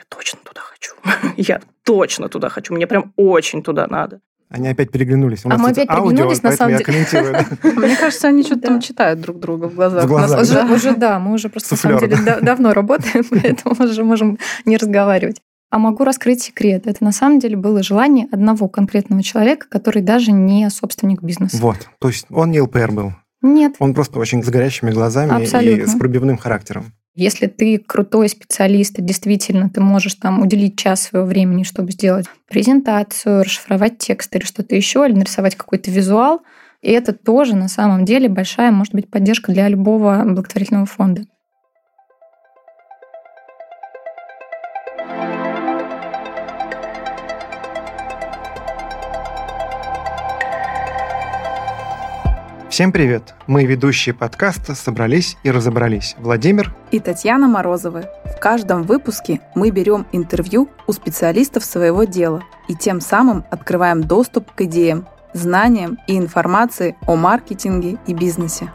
точно туда хочу. Я точно туда хочу. Мне прям очень туда надо. Они опять переглянулись. У нас мы опять аудио, переглянулись, на самом поэтому я комментирую. Мне кажется, они что-то там читают друг друга в глазах. В глазах, мы уже просто на самом деле давно работаем, поэтому уже можем не разговаривать. А могу раскрыть секрет. Это на самом деле было желание одного конкретного человека, который даже не собственник бизнеса. Вот. То есть он не ЛПР был? Нет. Он просто очень с горящими глазами Абсолютно. И с пробивным характером. Если ты крутой специалист, и действительно ты можешь там уделить час своего времени, чтобы сделать презентацию, расшифровать текст или что-то еще, или нарисовать какой-то визуал, и это тоже на самом деле большая, может быть, поддержка для любого благотворительного фонда. Всем привет! Мы, ведущие подкаста, собрались и разобрались. Владимир и Татьяна Морозовы. В каждом выпуске мы берем интервью у специалистов своего дела и тем самым открываем доступ к идеям, знаниям и информации о маркетинге и бизнесе.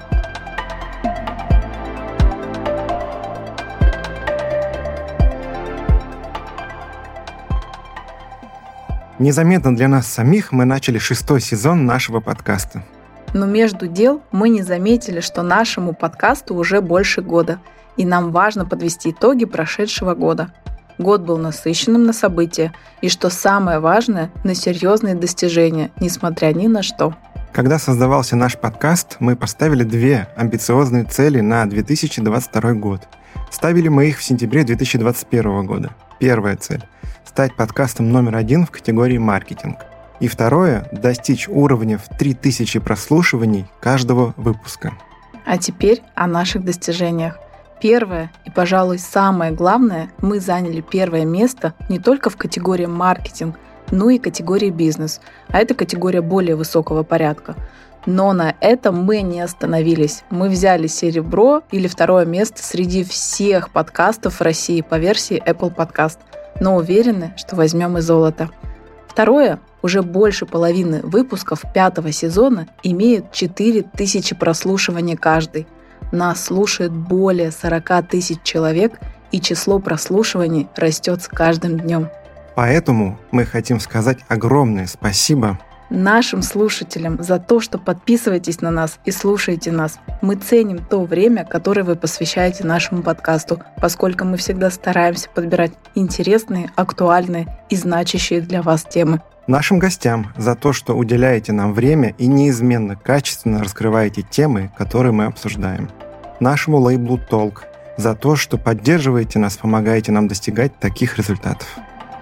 Незаметно для нас самих мы начали 6-й сезон нашего подкаста. Но между дел мы не заметили, что нашему подкасту уже больше года, и нам важно подвести итоги прошедшего года. Год был насыщенным на события, и, что самое важное, на серьезные достижения, несмотря ни на что. Когда создавался наш подкаст, мы поставили 2 амбициозные цели на 2022 год. Ставили мы их в сентябре 2021 года. Первая цель – стать подкастом номер 1 в категории «Маркетинг». И второе – достичь уровня в 3000 прослушиваний каждого выпуска. А теперь о наших достижениях. Первое и, пожалуй, самое главное, мы заняли первое место не только в категории «Маркетинг», но и категории «Бизнес», а это категория более высокого порядка. Но на этом мы не остановились. Мы взяли серебро или 2 место среди всех подкастов в России по версии Apple Podcast, но уверены, что возьмем и золото. Второе, уже больше половины выпусков 5-го сезона имеют 4000 прослушиваний каждый. Нас слушает более 40 тысяч человек, и число прослушиваний растет с каждым днем. Поэтому мы хотим сказать огромное спасибо нашим слушателям за то, что подписываетесь на нас и слушаете нас. Мы ценим то время, которое вы посвящаете нашему подкасту, поскольку мы всегда стараемся подбирать интересные, актуальные и значащие для вас темы. Нашим гостям за то, что уделяете нам время и неизменно качественно раскрываете темы, которые мы обсуждаем. Нашему лейблу Толк за то, что поддерживаете нас, помогаете нам достигать таких результатов.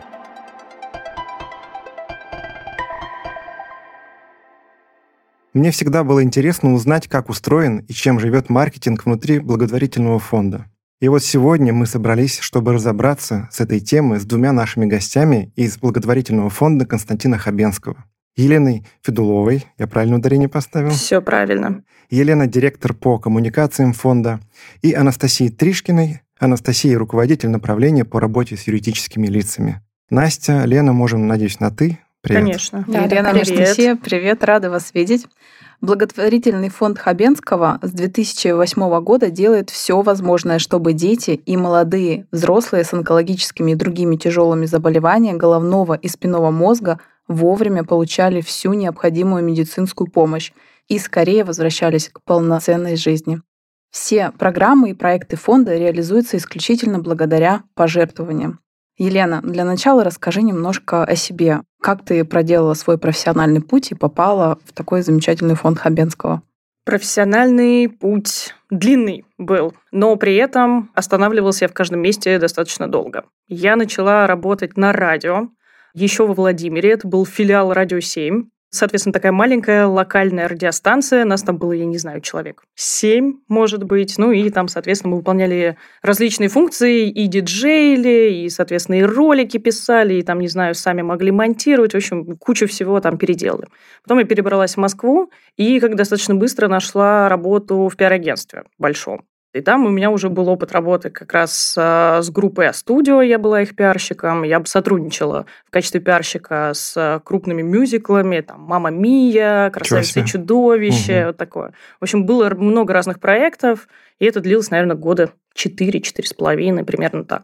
Мне всегда было интересно узнать, как устроен и чем живет маркетинг внутри благотворительного фонда. И вот сегодня мы собрались, чтобы разобраться с этой темой с 2 нашими гостями из благотворительного фонда Константина Хабенского. Еленой Федуловой, я правильно ударение поставил? Все правильно. Елена – директор по коммуникациям фонда. И Анастасией Тришкиной. Анастасия – руководитель направления по работе с юридическими лицами. Настя, Лена, можем, надеюсь, на «ты». Привет. Конечно. Елена, Анастасия, привет, рада вас видеть. Благотворительный фонд Хабенского с 2008 года делает все возможное, чтобы дети и молодые взрослые с онкологическими и другими тяжелыми заболеваниями головного и спинного мозга вовремя получали всю необходимую медицинскую помощь и скорее возвращались к полноценной жизни. Все программы и проекты фонда реализуются исключительно благодаря пожертвованиям. Елена, для начала расскажи немножко о себе. Как ты проделала свой профессиональный путь и попала в такой замечательный фонд Хабенского? Профессиональный путь длинный был, но при этом останавливался я в каждом месте достаточно долго. Я начала работать на радио, еще во Владимире, это был филиал «Радио 7». Соответственно, такая маленькая локальная радиостанция. Нас там было, я не знаю, человек 7, может быть. Ну и там, соответственно, мы выполняли различные функции. И диджеили, и, соответственно, и ролики писали, и там, не знаю, сами могли монтировать. В общем, кучу всего там переделали. Потом я перебралась в Москву и как достаточно быстро нашла работу в пиар-агентстве большом. И там у меня уже был опыт работы как раз с группой А-студио, я была их пиарщиком, я сотрудничала в качестве пиарщика с крупными мюзиклами, там «Мамма Мия», «Красавица и чудовище», вот такое. В общем, было много разных проектов, и это длилось, наверное, года 4-4,5, примерно так.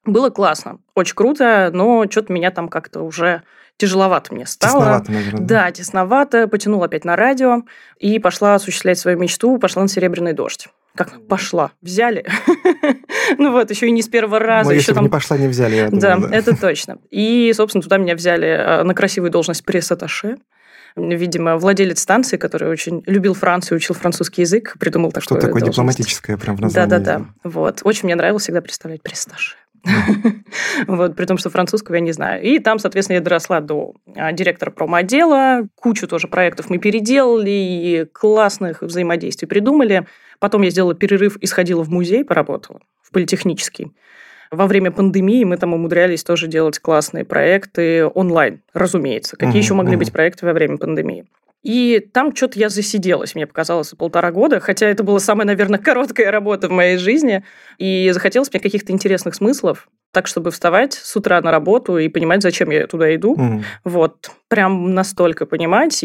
Было классно, очень круто, но что-то меня там как-то уже тяжеловато мне стало. Тесновато, наверное. Да, тесновато. Потянула опять на радио и пошла осуществлять свою мечту, пошла на «Серебряный дождь». Как пошла? Взяли. Ну вот, еще и не с первого раза. Но если бы не пошла, не взяли, я думаю. Да, это точно. И, собственно, туда меня взяли на красивую должность пресс-атташе. Видимо, владелец станции, который очень любил Францию, учил французский язык, придумал такое. Что такое дипломатическое прям в названии. Да-да-да. Вот. Очень мне нравилось всегда представлять пресс-атташе. Вот, при том, что французского я не знаю. И там, соответственно, я доросла до директора промо-отдела. Кучу тоже проектов мы переделали и классных взаимодействий придумали. Потом я сделала перерыв и сходила в музей, поработала, в политехнический. Во время пандемии мы там умудрялись тоже делать классные проекты онлайн, разумеется. Какие еще могли быть проекты во время пандемии? И там что-то я засиделась, мне показалось, 1,5 года, хотя это была самая, наверное, короткая работа в моей жизни. И захотелось мне каких-то интересных смыслов, так, чтобы вставать с утра на работу и понимать, зачем я туда иду. Вот, прям настолько понимать.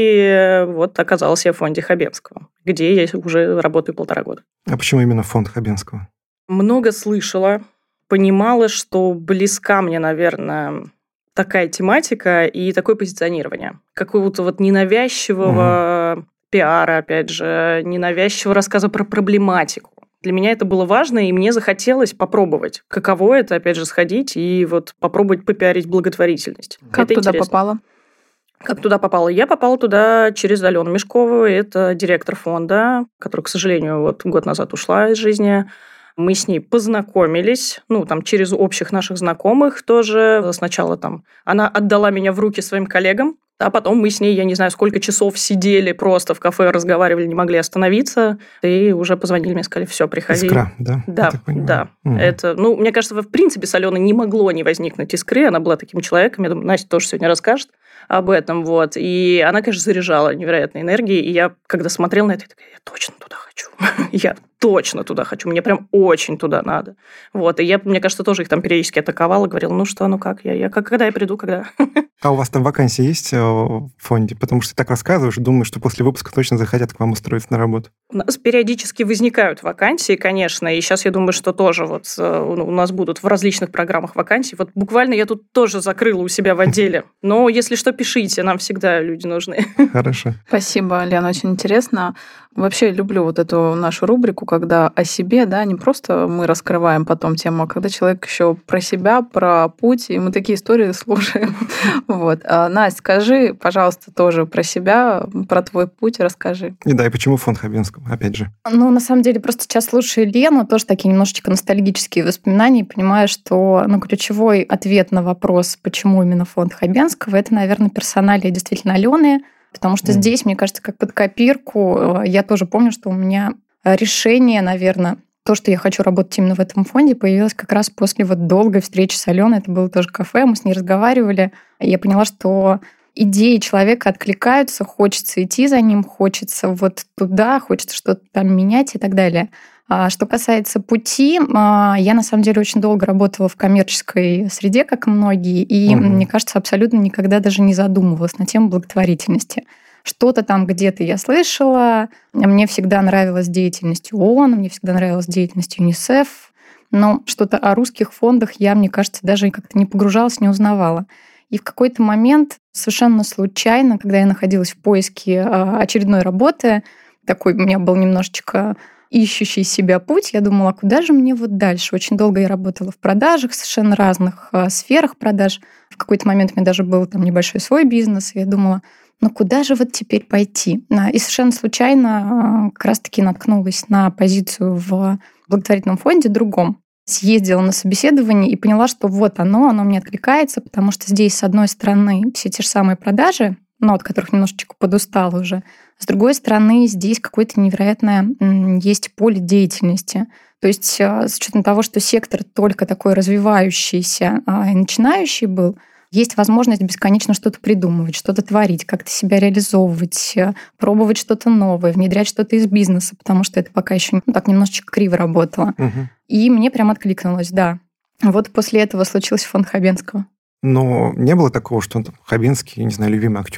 И вот оказалась я в фонде Хабенского, где я уже работаю 1,5 года. А почему именно фонд Хабенского? Много слышала, понимала, что близка мне, наверное, такая тематика и такое позиционирование. Какого-то вот ненавязчивого пиара, опять же, ненавязчивого рассказа про проблематику. Для меня это было важно, и мне захотелось попробовать, каково это, опять же, сходить и вот попробовать попиарить благотворительность. Как это туда интересно. попала? Как туда попала? Я попала туда через Алену Мешкову. Это директор фонда, которая, к сожалению, вот год назад ушла из жизни. Мы с ней познакомились, там через общих наших знакомых тоже. Сначала там она отдала меня в руки своим коллегам, а потом мы с ней, я не знаю, сколько часов сидели просто в кафе, разговаривали, не могли остановиться. И уже позвонили мне, сказали, все, приходи. Искра, да? Да. Это, мне кажется, в принципе, с Аленой не могло не возникнуть искры. Она была таким человеком. Я думаю, Настя тоже сегодня расскажет об этом. Вот. И она, конечно, заряжала невероятной энергией. И я, когда смотрела на это, я такая, я точно туда хочу. Я точно туда хочу. Мне прям очень туда надо. Вот. И я, мне кажется, тоже их там периодически атаковала, говорила, ну что, ну как, когда я приду, когда? А у вас там вакансии есть в фонде? Потому что ты так рассказываешь, думаю, что после выпуска точно захотят к вам устроиться на работу. У нас периодически возникают вакансии, конечно, и сейчас я думаю, что тоже вот у нас будут в различных программах вакансии. Вот буквально я тут тоже закрыла у себя в отделе. Но если что, пишите, нам всегда люди нужны. Хорошо. Спасибо, Лена, очень интересно. Вообще люблю вот эту нашу рубрику, когда о себе, да, не просто мы раскрываем потом тему, а когда человек еще про себя, про путь, и мы такие истории слушаем. Вот. Настя, скажи, пожалуйста, тоже про себя, про твой путь расскажи. И почему фонд Хабенского, опять же? На самом деле, просто сейчас слушаю Лену, тоже такие немножечко ностальгические воспоминания, и понимаю, что ключевой ответ на вопрос, почему именно фонд Хабенского, это, наверное, персоналия действительно Алены, потому что здесь, мне кажется, как под копирку, я тоже помню, что у меня решение, наверное, то, что я хочу работать именно в этом фонде, появилось как раз после вот долгой встречи с Аленой. Это было тоже кафе, мы с ней разговаривали. И я поняла, что идеи человека откликаются, хочется идти за ним, хочется вот туда, хочется что-то там менять и так далее. А что касается пути, я на самом деле очень долго работала в коммерческой среде, как и многие, и, мне кажется, абсолютно никогда даже не задумывалась на тему благотворительности. Что-то там где-то я слышала. Мне всегда нравилась деятельность ООН, мне всегда нравилась деятельность ЮНИСЕФ. Но что-то о русских фондах я, мне кажется, даже как-то не погружалась, не узнавала. И в какой-то момент, совершенно случайно, когда я находилась в поиске очередной работы, такой у меня был немножечко ищущий себя путь, я думала, куда же мне вот дальше? Очень долго я работала в продажах, в совершенно разных сферах продаж. В какой-то момент у меня даже был там небольшой свой бизнес, и я думала, куда же вот теперь пойти? И совершенно случайно как раз-таки наткнулась на позицию в благотворительном фонде другом. Съездила на собеседование и поняла, что вот оно мне откликается, потому что здесь, с одной стороны, все те же самые продажи, от которых немножечко подустала уже. С другой стороны, здесь какое-то невероятное есть поле деятельности. То есть с учетом того, что сектор только такой развивающийся и начинающий был, есть возможность бесконечно что-то придумывать, что-то творить, как-то себя реализовывать, пробовать что-то новое, внедрять что-то из бизнеса, потому что это пока еще так немножечко криво работало. И мне прям откликнулось, да. Вот после этого случился фонд Хабенского. Но не было такого, что Хабенский, я не знаю, любимый актер,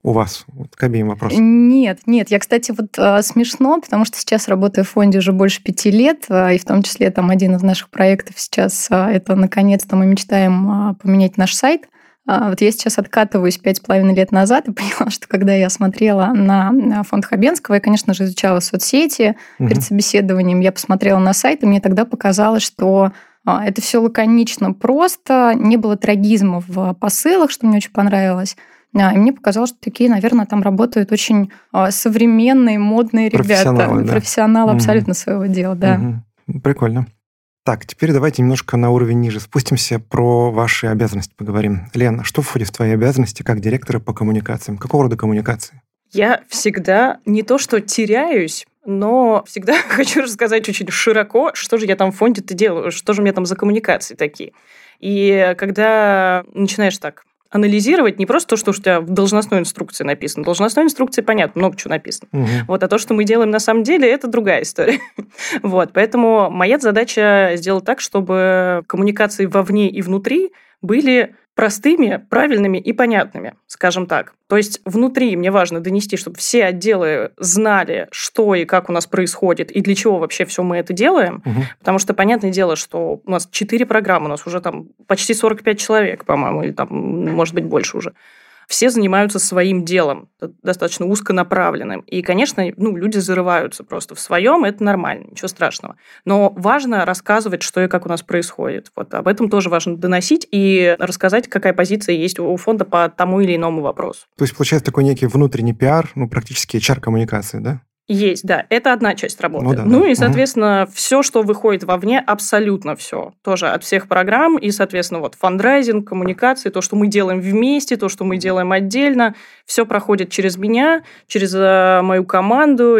у вас? Вот к обеим Нет. вопросам. Я, кстати, смешно, потому что сейчас работаю в фонде уже больше 5 лет, и в том числе там один из наших проектов сейчас, это наконец-то мы мечтаем поменять наш сайт. Вот я сейчас откатываюсь 5,5 лет назад и поняла, что когда я смотрела на фонд Хабенского, я, конечно же, изучала соцсети перед собеседованием, я посмотрела на сайт, и мне тогда показалось, что это все лаконично просто, не было трагизма в посылах, что мне очень понравилось. И мне показалось, что такие, наверное, там работают очень современные, модные ребята. Профессионалы абсолютно своего дела, да. Прикольно. Так, теперь давайте немножко на уровень ниже спустимся, про ваши обязанности поговорим. Лен, что входит в твои обязанности как директора по коммуникациям? Какого рода коммуникации? Я всегда не то что теряюсь, но всегда хочу рассказать очень широко, что же я там в фонде-то делаю, что же у меня там за коммуникации такие. И когда начинаешь так анализировать не просто то, что у тебя в должностной инструкции написано. В должностной инструкции, понятно, много чего написано. А то, что мы делаем на самом деле, это другая история. Поэтому моя задача сделать так, чтобы коммуникации вовне и внутри были простыми, правильными и понятными, скажем так. То есть внутри мне важно донести, чтобы все отделы знали, что и как у нас происходит, и для чего вообще все мы это делаем. Потому что, понятное дело, что у нас 4 программы, у нас уже там почти 45 человек, по-моему, или там, может быть, больше уже. Все занимаются своим делом, достаточно узконаправленным. И, конечно, люди зарываются просто в своем, это нормально, ничего страшного. Но важно рассказывать, что и как у нас происходит. Об этом тоже важно доносить и рассказать, какая позиция есть у фонда по тому или иному вопросу. То есть, получается, такой некий внутренний пиар, практически HR-коммуникации, да? Есть, да. Это одна часть работы. И, соответственно, все, что выходит вовне, абсолютно все. Тоже от всех программ. И, соответственно, фандрайзинг, коммуникации, то, что мы делаем вместе, то, что мы делаем отдельно, все проходит через меня, через мою команду.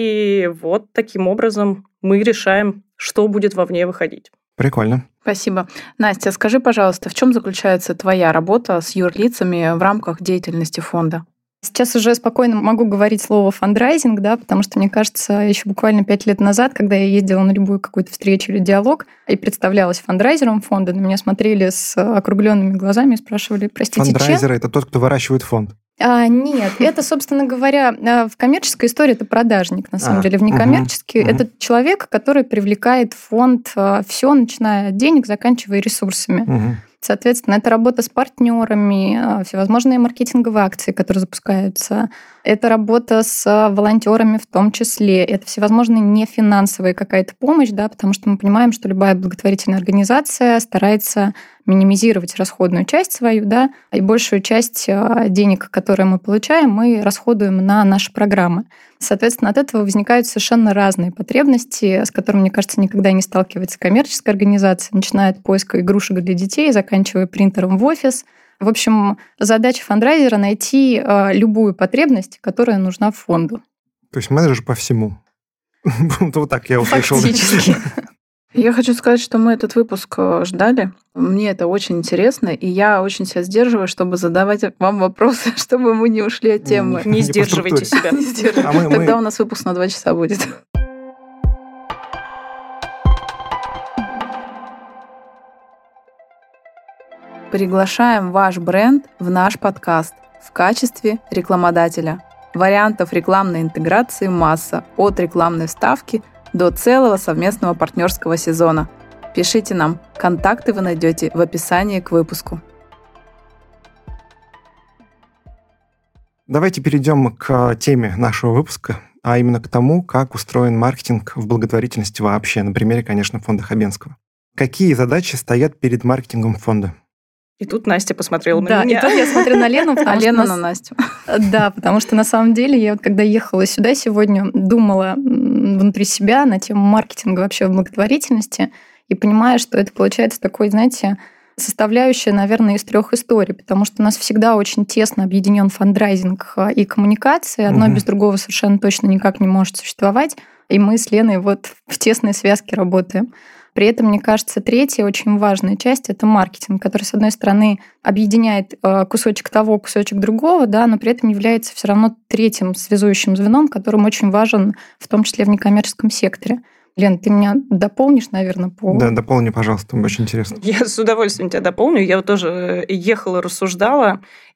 И таким образом мы решаем, что будет вовне выходить. Прикольно. Спасибо. Настя, скажи, пожалуйста, в чем заключается твоя работа с юрлицами в рамках деятельности фонда? Сейчас уже спокойно могу говорить слово фандрайзинг, да, потому что, мне кажется, еще буквально 5 лет назад, когда я ездила на любую какую-то встречу или диалог и представлялась фандрайзером фонда, на меня смотрели с округленными глазами и спрашивали, простите, Фандрайзер – это тот, кто выращивает фонд? Нет, это, собственно говоря, в коммерческой истории это продажник, на самом деле. В некоммерческой это человек, который привлекает в фонд все, начиная от денег, заканчивая ресурсами. Соответственно, это работа с партнерами, всевозможные маркетинговые акции, которые запускаются. Это работа с волонтерами в том числе. Это всевозможные нефинансовая какая-то помощь, да, потому что мы понимаем, что любая благотворительная организация старается минимизировать расходную часть свою, да, и большую часть денег, которые мы получаем, мы расходуем на наши программы. Соответственно, от этого возникают совершенно разные потребности, с которыми, мне кажется, никогда не сталкивается коммерческая организация, начиная от поиска игрушек для детей, заканчивая принтером в офис. В общем, задача фандрайзера — найти любую потребность, которая нужна фонду. То есть менеджер по всему. Вот так я услышал. Фактически. Я хочу сказать, что мы этот выпуск ждали. Мне это очень интересно, и я очень себя сдерживаю, чтобы задавать вам вопросы, чтобы мы не ушли от темы. Не сдерживайте себя. Тогда у нас выпуск на 2 часа будет. Приглашаем ваш бренд в наш подкаст в качестве рекламодателя. Вариантов рекламной интеграции масса, от рекламной вставки до целого совместного партнерского сезона. Пишите нам. Контакты вы найдете в описании к выпуску. Давайте перейдем к теме нашего выпуска, а именно к тому, как устроен маркетинг в благотворительности вообще, на примере, конечно, фонда Хабенского. Какие задачи стоят перед маркетингом фонда? И тут Настя посмотрела на меня. Да, и тут я смотрю на Лену. А Лена на Настю. Да, потому что на самом деле я когда ехала сюда сегодня, думала внутри себя на тему маркетинга вообще в благотворительности и понимаю, что это получается такой, знаете, составляющая, наверное, из 3 историй, потому что у нас всегда очень тесно объединен фандрайзинг и коммуникации. Одно без другого совершенно точно никак не может существовать. И мы с Леной в тесной связке работаем. При этом, мне кажется, 3-я очень важная часть — это маркетинг, который, с одной стороны, объединяет кусочек того, кусочек другого, да, но при этом является все равно 3-м связующим звеном, которым очень важен, в том числе в некоммерческом секторе. Лен, ты меня дополнишь, наверное, по... Да, дополни, пожалуйста, очень интересно. Я с удовольствием тебя дополню. Я вот тоже ехала, рассуждала,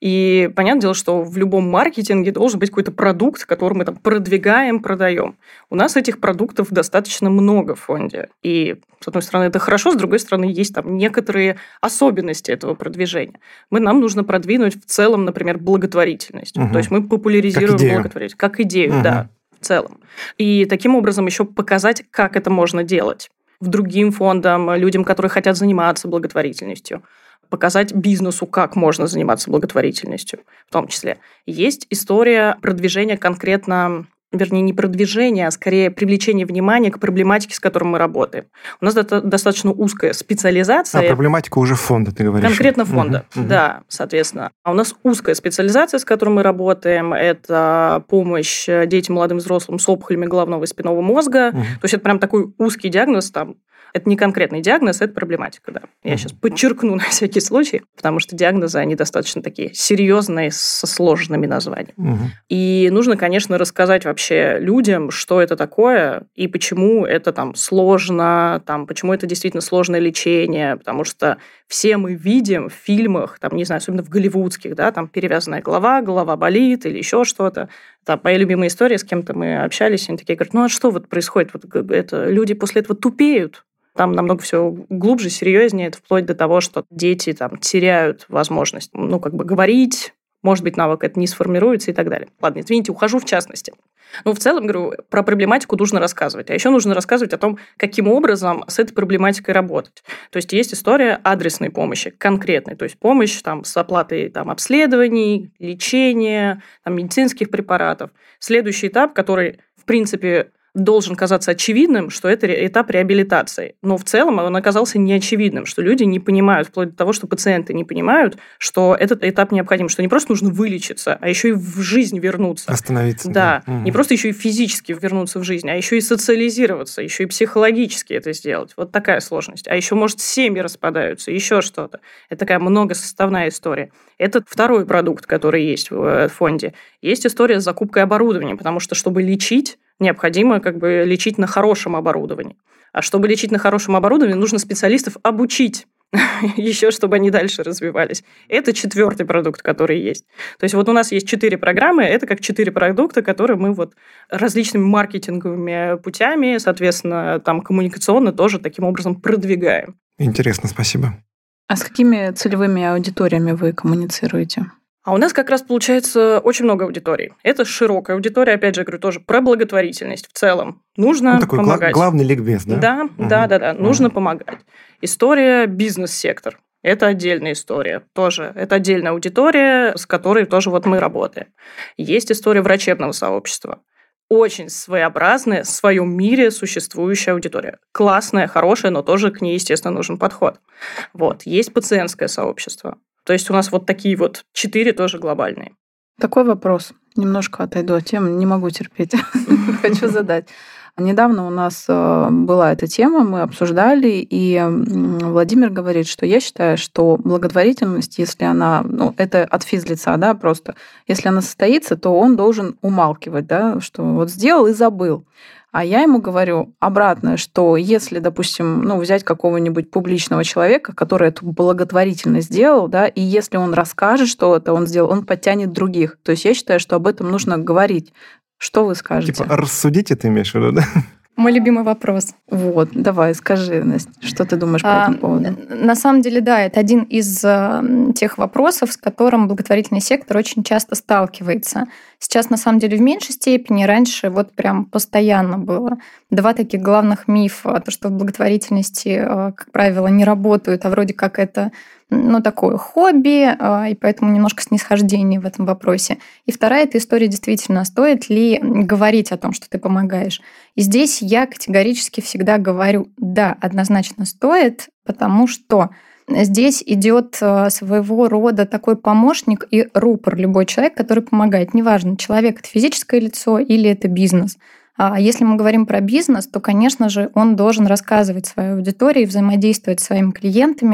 и понятное дело, что в любом маркетинге должен быть какой-то продукт, который мы там продвигаем, продаем. У нас этих продуктов достаточно много в фонде. И, с одной стороны, это хорошо, с другой стороны, есть там некоторые особенности этого продвижения. Нам нужно продвинуть в целом, например, благотворительность. То есть мы популяризируем благотворительность. Как идею, да, в целом. И таким образом еще показать, как это можно делать. Другим фондам, людям, которые хотят заниматься благотворительностью. Показать бизнесу, как можно заниматься благотворительностью в том числе. Есть история продвижения конкретно, вернее, не продвижения, а скорее привлечения внимания к проблематике, с которой мы работаем. У нас достаточно узкая специализация. А проблематика уже фонда, ты говоришь? Конкретно фонда, да, соответственно. А у нас узкая специализация, с которой мы работаем, это помощь детям, молодым, взрослым с опухолями головного и спинного мозга. То есть это прям такой узкий диагноз, там, это не конкретный диагноз, это проблематика, да. Я сейчас подчеркну на всякий случай, потому что диагнозы, они достаточно такие серьезные, со сложными названиями. И нужно, конечно, рассказать вообще людям, что это такое и почему это там сложно, там, почему это действительно сложное лечение, потому что все мы видим в фильмах, там, не знаю, особенно в голливудских, да, там перевязанная голова болит или еще что-то. Там, моя любимая история, с кем-то мы общались, они такие говорят, а что вот происходит? Вот это, люди после этого тупеют. Там намного все глубже, серьезнее, это вплоть до того, что дети там теряют возможность, говорить, может быть, навык это не сформируется и так далее. Ладно, извините, ухожу в частности. В целом, говорю, про проблематику нужно рассказывать. А еще нужно рассказывать о том, каким образом с этой проблематикой работать. То есть есть история адресной помощи, конкретной. То есть помощь там, с оплатой там, обследований, лечения, там, медицинских препаратов. Следующий этап, который, в принципе, должен казаться очевидным, что это этап реабилитации. Но в целом он оказался неочевидным, что люди не понимают, вплоть до того, что пациенты не понимают, что этот этап необходим, что не просто нужно вылечиться, а еще и в жизнь вернуться. Восстановиться. Да. Не просто еще и физически вернуться в жизнь, а еще и социализироваться, еще и психологически это сделать. Вот такая сложность. А еще, может, семьи распадаются, еще что-то. Это такая многосоставная история. Это второй продукт, который есть в фонде. Есть история с закупкой оборудования, потому что, чтобы лечить, необходимо лечить на хорошем оборудовании. А чтобы лечить на хорошем оборудовании, нужно специалистов обучить еще, чтобы они дальше развивались. Это четвертый продукт, который есть. То есть вот у нас есть 4 программы, это как 4 продукта, которые мы вот различными маркетинговыми путями, соответственно, там коммуникационно тоже таким образом продвигаем. Интересно, спасибо. А с какими целевыми аудиториями вы коммуницируете? А у нас как раз получается очень много аудиторий. Это широкая аудитория, опять же, говорю, тоже про благотворительность в целом. Нужно такой помогать. Главный ликбез, да? Да. Нужно помогать. История бизнес-сектор. Это отдельная история. Тоже это отдельная аудитория, с которой тоже вот мы работаем. Есть история врачебного сообщества. Очень своеобразная, в своем мире существующая аудитория. Классная, хорошая, но тоже к ней, естественно, нужен подход. Вот. Есть пациентское сообщество. То есть у нас вот такие вот 4 тоже глобальные. Такой вопрос. Немножко отойду от темы, не могу терпеть. Хочу задать. Недавно у нас была эта тема, мы обсуждали, и Владимир говорит, что я считаю, что благотворительность, если она, это от физлица, да, просто, если она состоится, то он должен умалкивать, да, что вот сделал и забыл. А я ему говорю обратно, что если, допустим, взять какого-нибудь публичного человека, который эту благотворительность сделал, да, и если он расскажет, что это он сделал, он подтянет других. То есть я считаю, что об этом нужно говорить. Что вы скажете? Рассудите, ты имеешь в виду, да? Мой любимый вопрос. Вот, давай, скажи, Настя, что ты думаешь по этому поводу? На самом деле, да, это один из тех вопросов, с которым благотворительный сектор очень часто сталкивается. Сейчас, на самом деле, в меньшей степени. Раньше вот прям постоянно было 2 таких главных мифа. То, что в благотворительности, как правило, не работают, а вроде как это такое хобби, и поэтому немножко снисхождение в этом вопросе. И вторая эта история действительно, стоит ли говорить о том, что ты помогаешь. И здесь я категорически всегда говорю, да, однозначно стоит, потому что здесь идет своего рода такой помощник и рупор, любой человек, который помогает. Неважно, человек — это физическое лицо или это бизнес. А если мы говорим про бизнес, то, конечно же, он должен рассказывать своей аудитории, взаимодействовать с своими клиентами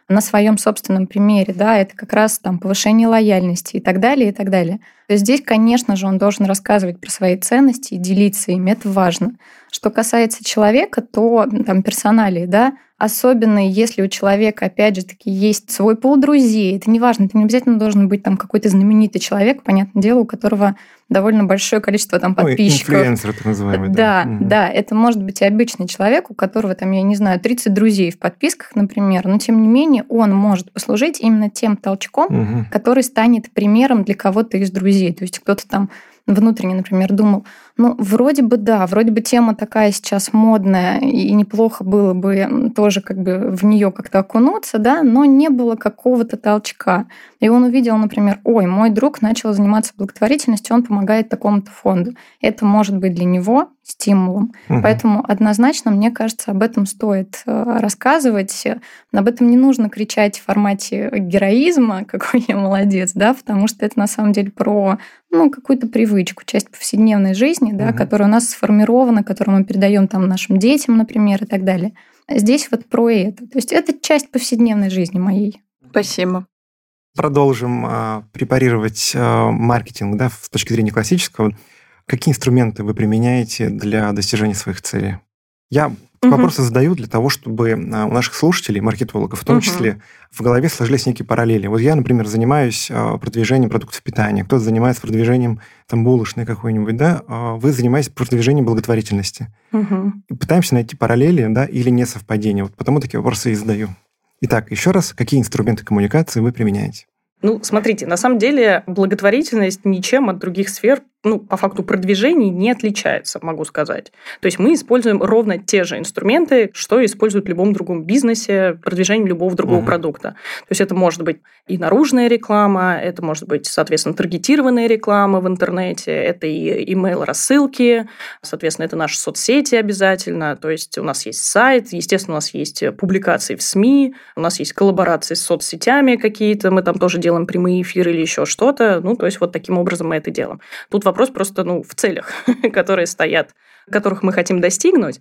на своем собственном примере, да, это как раз там повышение лояльности и так далее, и так далее. То есть здесь, конечно же, он должен рассказывать про свои ценности и делиться ими, это важно. Что касается человека, то там персоналии, да, особенно если у человека, опять же таки, есть свой пул друзей, это не важно, это не обязательно должен быть там какой-то знаменитый человек, понятное дело, у которого довольно большое количество там подписчиков. Инфлюенсер, так называемый. Да, это может быть и обычный человек, у которого там, я не знаю, 30 друзей в подписках, например, но тем не менее он может послужить именно тем толчком, который станет примером для кого-то из друзей. То есть кто-то там внутренне, например, думал, вроде бы да, вроде бы тема такая сейчас модная, и неплохо было бы тоже как бы в нее как-то окунуться, да, но не было какого-то толчка. И он увидел, например, мой друг начал заниматься благотворительностью, он помогает такому-то фонду. Это может быть для него стимулом. Поэтому однозначно, мне кажется, об этом стоит рассказывать. Об этом не нужно кричать в формате героизма, какой я молодец, да, потому что это на самом деле про какую-то привычку, часть повседневной жизни, да, которая у нас сформирована, которую мы передаем там нашим детям, например, и так далее. Здесь вот про это. То есть это часть повседневной жизни моей. Спасибо. Продолжим препарировать маркетинг, да, с точки зрения классического. Какие инструменты вы применяете для достижения своих целей? Я вопросы задаю для того, чтобы у наших слушателей, маркетологов, в том числе, в голове сложились некие параллели. Вот я, например, занимаюсь продвижением продуктов питания, кто-то занимается продвижением там, булочной какой-нибудь, да, вы занимаетесь продвижением благотворительности. И пытаемся найти параллели, да, или несовпадения. Вот потому такие вопросы и задаю. Итак, еще раз, какие инструменты коммуникации вы применяете? Смотрите, на самом деле благотворительность ничем от других сфер, по факту продвижений не отличается, могу сказать. То есть мы используем ровно те же инструменты, что используют в любом другом бизнесе, продвижением любого другого продукта. То есть это может быть и наружная реклама, это может быть, соответственно, таргетированная реклама в интернете, это и email-рассылки, соответственно, это наши соцсети обязательно. То есть у нас есть сайт, естественно, у нас есть публикации в СМИ, у нас есть коллаборации с соцсетями какие-то, мы там тоже делаем прямые эфиры или еще что-то. То есть вот таким образом мы это делаем. Тут вопрос просто в целях, которые стоят, которых мы хотим достигнуть,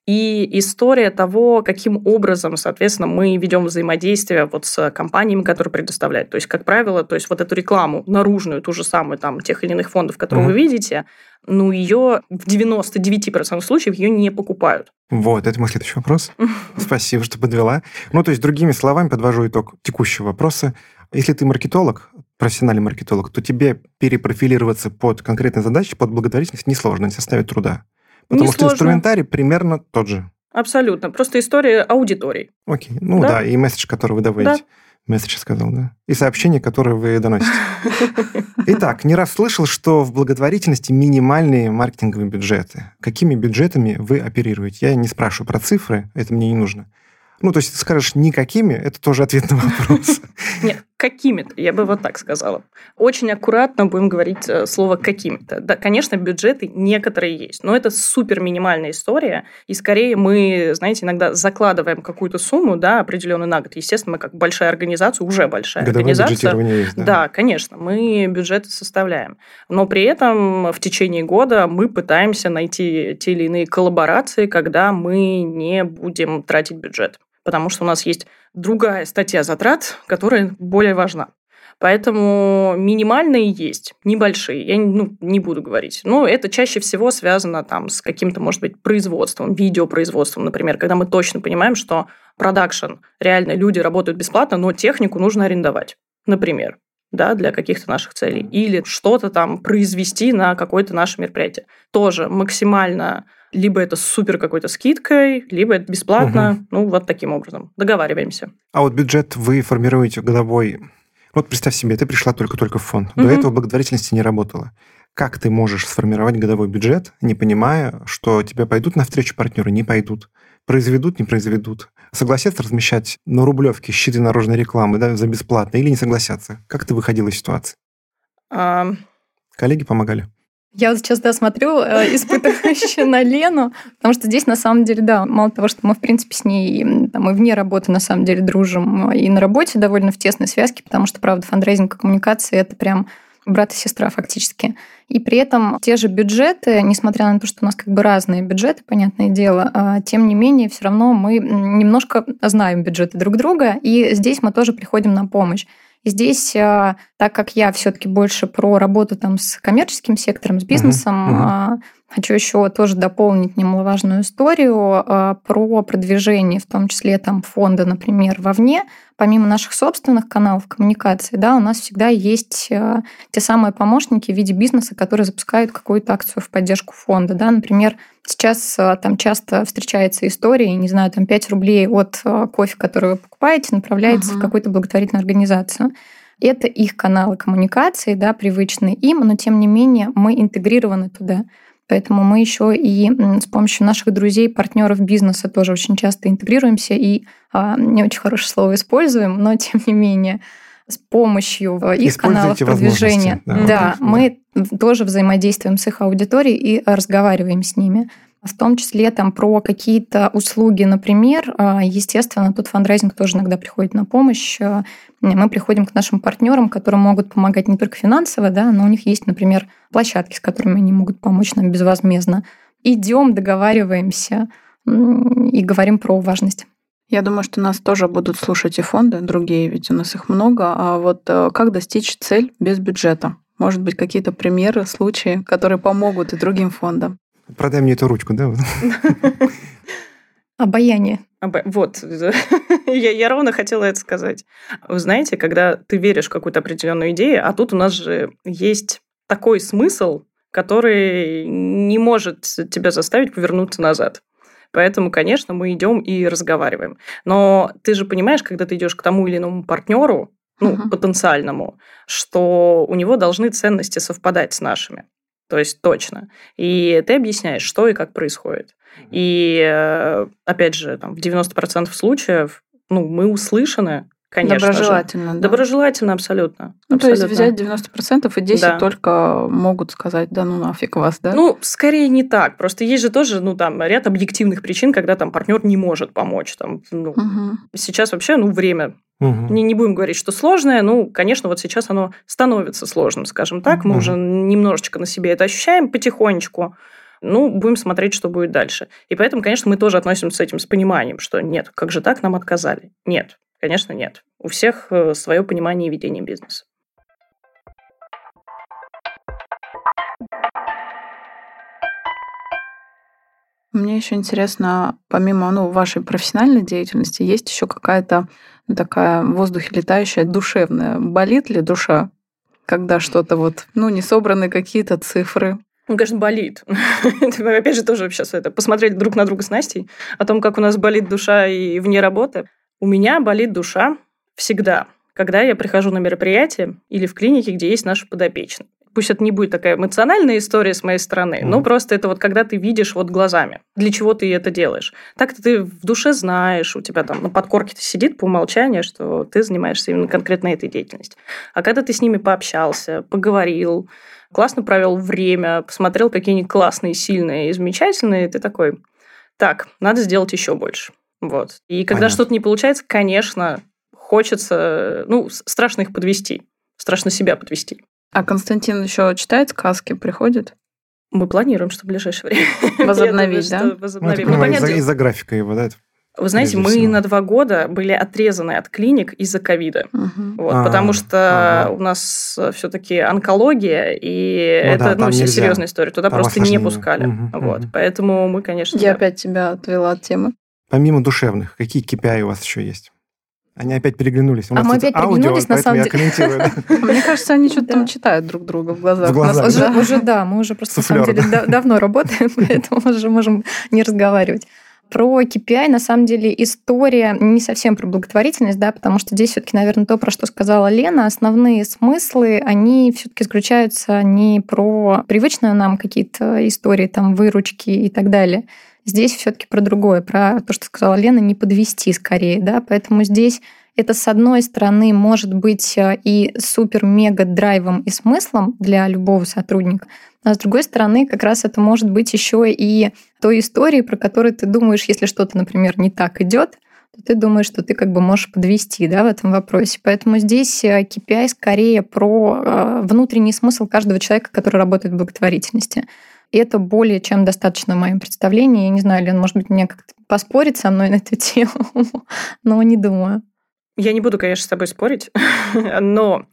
и история того, каким образом, соответственно, мы ведем взаимодействие вот с компаниями, которые предоставляют. То есть, как правило, вот эту рекламу наружную, ту же самую там тех или иных фондов, которые вы видите, ее в 99% случаев ее не покупают. Вот, это мой следующий вопрос. Спасибо, что подвела. То есть, другими словами, подвожу итог текущего вопроса. Если ты маркетолог, профессиональный маркетолог, то тебе перепрофилироваться под конкретные задачи, под благотворительность несложно, не составит труда. Потому что инструментарий примерно тот же. Абсолютно. Просто история аудитории. Окей. Да, и месседж, который вы доводите. Да. Месседж сказал, да. И сообщения, которые вы доносите. Итак, не раз слышал, что в благотворительности минимальные маркетинговые бюджеты. Какими бюджетами вы оперируете? Я не спрашиваю про цифры, это мне не нужно. То есть ты скажешь никакими, это тоже ответ на вопрос. Нет, какими-то, я бы вот так сказала. Очень аккуратно будем говорить слово «какими-то». Да, конечно, бюджеты некоторые есть, но это супер минимальная история, и скорее мы, знаете, иногда закладываем какую-то сумму, да, определенную на год. Естественно, мы как большая организация, уже большая организация. Бюджетирование есть, да? Да, конечно, мы бюджеты составляем. Но при этом в течение года мы пытаемся найти те или иные коллаборации, когда мы не будем тратить бюджет. Потому что у нас есть другая статья затрат, которая более важна. Поэтому минимальные есть, небольшие, я не буду говорить. Но это чаще всего связано с каким-то, может быть, производством, видеопроизводством, например, когда мы точно понимаем, что продакшн, реально люди работают бесплатно, но технику нужно арендовать, например, да, для каких-то наших целей. Или что-то произвести на какое-то наше мероприятие. Тоже максимально... Либо это с супер какой-то скидкой, либо это бесплатно. Вот таким образом. Договариваемся. А вот бюджет вы формируете годовой... Вот представь себе, ты пришла только-только в фонд. До этого благотворительности не работала. Как ты можешь сформировать годовой бюджет, не понимая, что тебя пойдут навстречу партнеры, не пойдут, произведут, не произведут, согласятся размещать на Рублевке щиты наружной рекламы, да, за бесплатно или не согласятся? Как ты выходила из ситуации? Коллеги помогали? Я вот сейчас, смотрю испытывающе на Лену, потому что здесь, на самом деле, мало того, что мы, в принципе, с ней мы вне работы, на самом деле, дружим, и на работе довольно в тесной связке, потому что, правда, фандрейзинг и коммуникации – это прям брат и сестра фактически. И при этом те же бюджеты, несмотря на то, что у нас как бы разные бюджеты, понятное дело, тем не менее, все равно мы немножко знаем бюджеты друг друга, и здесь мы тоже приходим на помощь. И здесь, так как я все-таки больше про работу там с коммерческим сектором, с бизнесом, хочу еще тоже дополнить немаловажную историю про продвижение, в том числе там фонда, например, вовне. Помимо наших собственных каналов коммуникации, да, у нас всегда есть те самые помощники в виде бизнеса, которые запускают какую-то акцию в поддержку фонда. Да. Например, сейчас там часто встречается история, не знаю, там 5 рублей от кофе, который вы покупаете, направляется в какую-то благотворительную организацию. Это их каналы коммуникации, да, привычные им, но тем не менее мы интегрированы туда. Поэтому мы еще и с помощью наших друзей, партнеров бизнеса тоже очень часто интегрируемся и не очень хорошее слово используем, но тем не менее с помощью их каналов продвижения. Да, мы тоже взаимодействуем с их аудиторией и разговариваем с ними. В том числе там про какие-то услуги, например, естественно, тут фандрайзинг тоже иногда приходит на помощь. Мы приходим к нашим партнерам, которые могут помогать не только финансово, да, но у них есть, например, площадки, с которыми они могут помочь нам безвозмездно. Идем, договариваемся и говорим про важность. Я думаю, что нас тоже будут слушать и фонды другие, ведь у нас их много. А вот как достичь цель без бюджета? Может быть, какие-то примеры, случаи, которые помогут и другим фондам? Продай мне эту ручку, да? Обаяние. Вот, я ровно хотела это сказать. Вы знаете, когда ты веришь в какую-то определенную идею, а тут у нас же есть такой смысл, который не может тебя заставить повернуться назад. Поэтому, конечно, мы идем и разговариваем. Но ты же понимаешь, когда ты идешь к тому или иному партнеру, потенциальному, что у него должны ценности совпадать с нашими. То есть точно. И ты объясняешь, что и как происходит. И, опять же, там, в 90% случаев мы услышаны, конечно Доброжелательно, же. Да? Доброжелательно, абсолютно. То есть взять 90% и 10% только могут сказать, да ну нафиг вас, да? Скорее не так. Просто есть же тоже, ряд объективных причин, когда там партнер не может помочь. Сейчас вообще, время. Не будем говорить, что сложное, конечно, вот сейчас оно становится сложным, скажем так. Мы уже немножечко на себе это ощущаем потихонечку. Будем смотреть, что будет дальше. И поэтому, конечно, мы тоже относимся с этим с пониманием, что нет, как же так, нам отказали? Нет, конечно, нет. У всех свое понимание ведения бизнеса. Мне еще интересно, помимо вашей профессиональной деятельности, есть еще какая-то такая в воздухе летающая душевная. Болит ли душа, когда что-то не собраны какие-то цифры? Конечно, болит. Опять же, тоже сейчас посмотрели друг на друга с Настей о том, как у нас болит душа и вне работы. У меня болит душа всегда, когда я прихожу на мероприятие или в клинике, где есть наши подопечные. Пусть это не будет такая эмоциональная история с моей стороны, но просто это когда ты видишь глазами, для чего ты это делаешь. Так-то ты в душе знаешь, у тебя там на подкорке сидит по умолчанию, что ты занимаешься именно конкретно этой деятельностью. А когда ты с ними пообщался, поговорил, классно провел время, посмотрел какие-нибудь классные, сильные и замечательные, ты такой, так, надо сделать еще больше. И когда что-то не получается, конечно, хочется, страшно их подвести, страшно себя подвести. А Константин еще читает сказки, приходит? Мы планируем, что в ближайшее время. Возобновить, да? Возобновим. Из-за графика его, да? Вы знаете, мы на 2 года были отрезаны от клиник из-за ковида. Потому что у нас все-таки онкология, и это серьезная история. Туда просто не пускали. Поэтому мы, конечно... Я опять тебя отвела от темы. Помимо душевных, какие KPI у вас еще есть? Они опять переглянулись. Мы опять переглянулись, на самом деле. Мне кажется, они что-то там читают друг друга в глазах. Мы уже просто на самом деле давно работаем, поэтому уже можем не разговаривать. Про KPI, на самом деле, история не совсем про благотворительность, да, потому что здесь все-таки, наверное, то, про что сказала Лена, основные смыслы, они все-таки заключаются не про привычные нам какие-то истории, там, выручки и так далее. Здесь все-таки про другое, про то, что сказала Лена, не подвести скорее, да, поэтому здесь это, с одной стороны, может быть и супер-мега-драйвом и смыслом для любого сотрудника, а с другой стороны, как раз это может быть еще и той историей, про которую ты думаешь, если что-то, например, не так идет, то ты думаешь, что ты как бы можешь подвести, да, в этом вопросе. Поэтому здесь KPI скорее про внутренний смысл каждого человека, который работает в благотворительности. И это более чем достаточно в моем представлении. Я не знаю, Лен, может быть, мне как-то поспорить со мной на эту тему, но не думаю. Я не буду, конечно, с тобой спорить, но,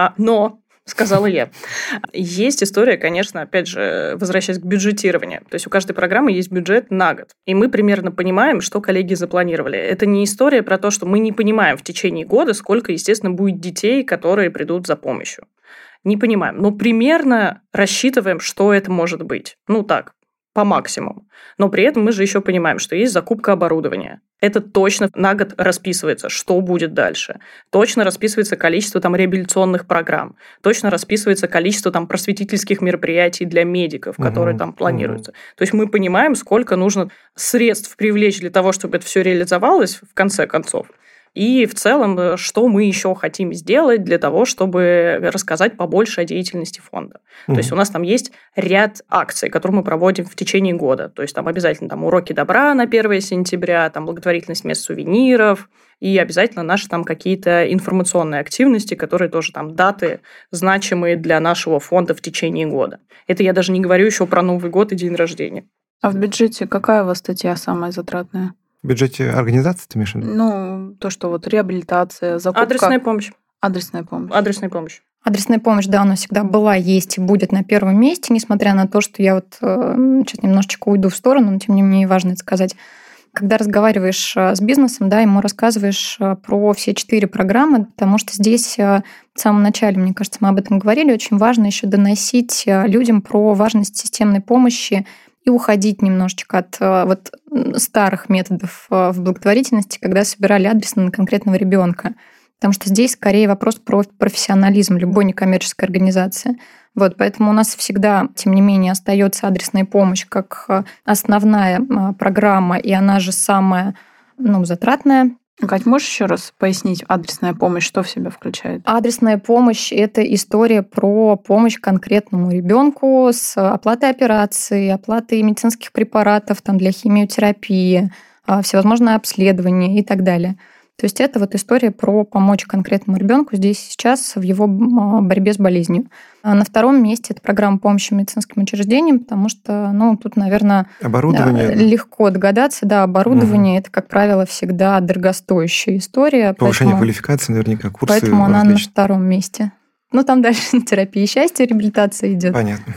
сказала я. Есть история, конечно, опять же, возвращаясь к бюджетированию. То есть у каждой программы есть бюджет на год. И мы примерно понимаем, что коллеги запланировали. Это не история про то, что мы не понимаем в течение года, сколько, естественно, будет детей, которые придут за помощью. Не понимаем. Но примерно рассчитываем, что это может быть. Так, по максимуму. Но при этом мы же еще понимаем, что есть закупка оборудования. Это точно на год расписывается, что будет дальше. Точно расписывается количество реабилитационных программ. Точно расписывается количество просветительских мероприятий для медиков, которые там планируются. То есть мы понимаем, сколько нужно средств привлечь для того, чтобы это все реализовалось в конце концов. И в целом, что мы еще хотим сделать для того, чтобы рассказать побольше о деятельности фонда. То есть у нас там есть ряд акций, которые мы проводим в течение года. То есть там обязательно уроки добра на 1 сентября, благотворительность мест сувениров, и обязательно наши какие-то информационные активности, которые тоже даты значимые для нашего фонда в течение года. Это я даже не говорю еще про Новый год и день рождения. А в бюджете какая у вас статья самая затратная? В бюджете организации ты имеешь в виду? То, что реабилитация, закупка. Адресная помощь. Адресная помощь. Адресная помощь. Адресная помощь, да, она всегда была, есть и будет на первом месте, несмотря на то, что я сейчас немножечко уйду в сторону, но тем не менее важно это сказать. Когда разговариваешь с бизнесом, да, ему рассказываешь про все 4 программы, потому что здесь в самом начале, мне кажется, мы об этом говорили, очень важно еще доносить людям про важность системной помощи и уходить немножечко от старых методов в благотворительности, когда собирали адресно на конкретного ребенка. Потому что здесь скорее вопрос про профессионализм любой некоммерческой организации. Поэтому у нас всегда, тем не менее, остается адресная помощь как основная программа, и она же самая затратная. Кать, можешь еще раз пояснить адресная помощь, что в себя включает? Адресная помощь – это история про помощь конкретному ребенку с оплатой операций, оплатой медицинских препаратов для химиотерапии, всевозможные обследования и так далее. То есть это история про помочь конкретному ребенку здесь и сейчас в его борьбе с болезнью. А на втором месте это программа помощи медицинским учреждениям, потому что, тут, наверное, легко догадаться, да, оборудование это, как правило, всегда дорогостоящая история. Повышение квалификации, наверняка, курсы. Поэтому она на втором месте. Там дальше терапия счастья, реабилитация идет. Понятно.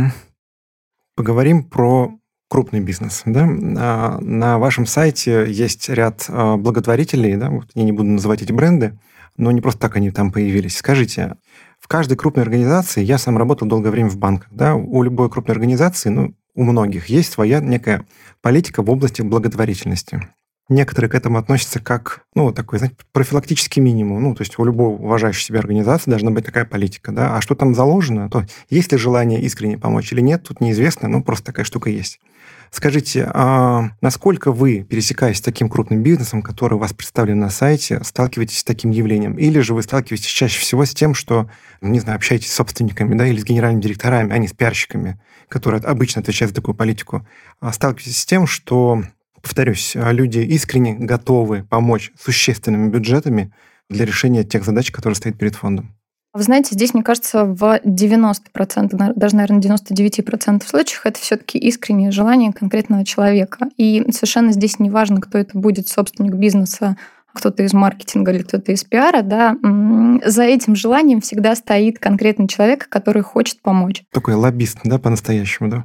Поговорим про крупный бизнес, да? На вашем сайте есть ряд благотворителей, да? Я не буду называть эти бренды, но не просто так они там появились. Скажите, в каждой крупной организации, я сам работал долгое время в банках, да? У любой крупной организации, у многих есть своя некая политика в области благотворительности. Некоторые к этому относятся как, такой, профилактический минимум. То есть у любой уважающей себя организации должна быть такая политика, да? А что там заложено, то есть ли желание искренне помочь или нет, тут неизвестно, просто такая штука есть. Скажите, насколько вы, пересекаясь с таким крупным бизнесом, который у вас представлен на сайте, сталкиваетесь с таким явлением? Или же вы сталкиваетесь чаще всего с тем, что, общаетесь с собственниками, да, или с генеральными директорами, а не с пиарщиками, которые обычно отвечают за такую политику? Сталкиваетесь с тем, что, повторюсь, люди искренне готовы помочь существенными бюджетами для решения тех задач, которые стоят перед фондом? Вы знаете, здесь, мне кажется, в 90%, даже, наверное, 99% случаев это все-таки искреннее желание конкретного человека. И совершенно здесь не важно, кто это будет, собственник бизнеса, кто-то из маркетинга или кто-то из пиара, да, за этим желанием всегда стоит конкретный человек, который хочет помочь. Такой лоббист, да, по-настоящему, да?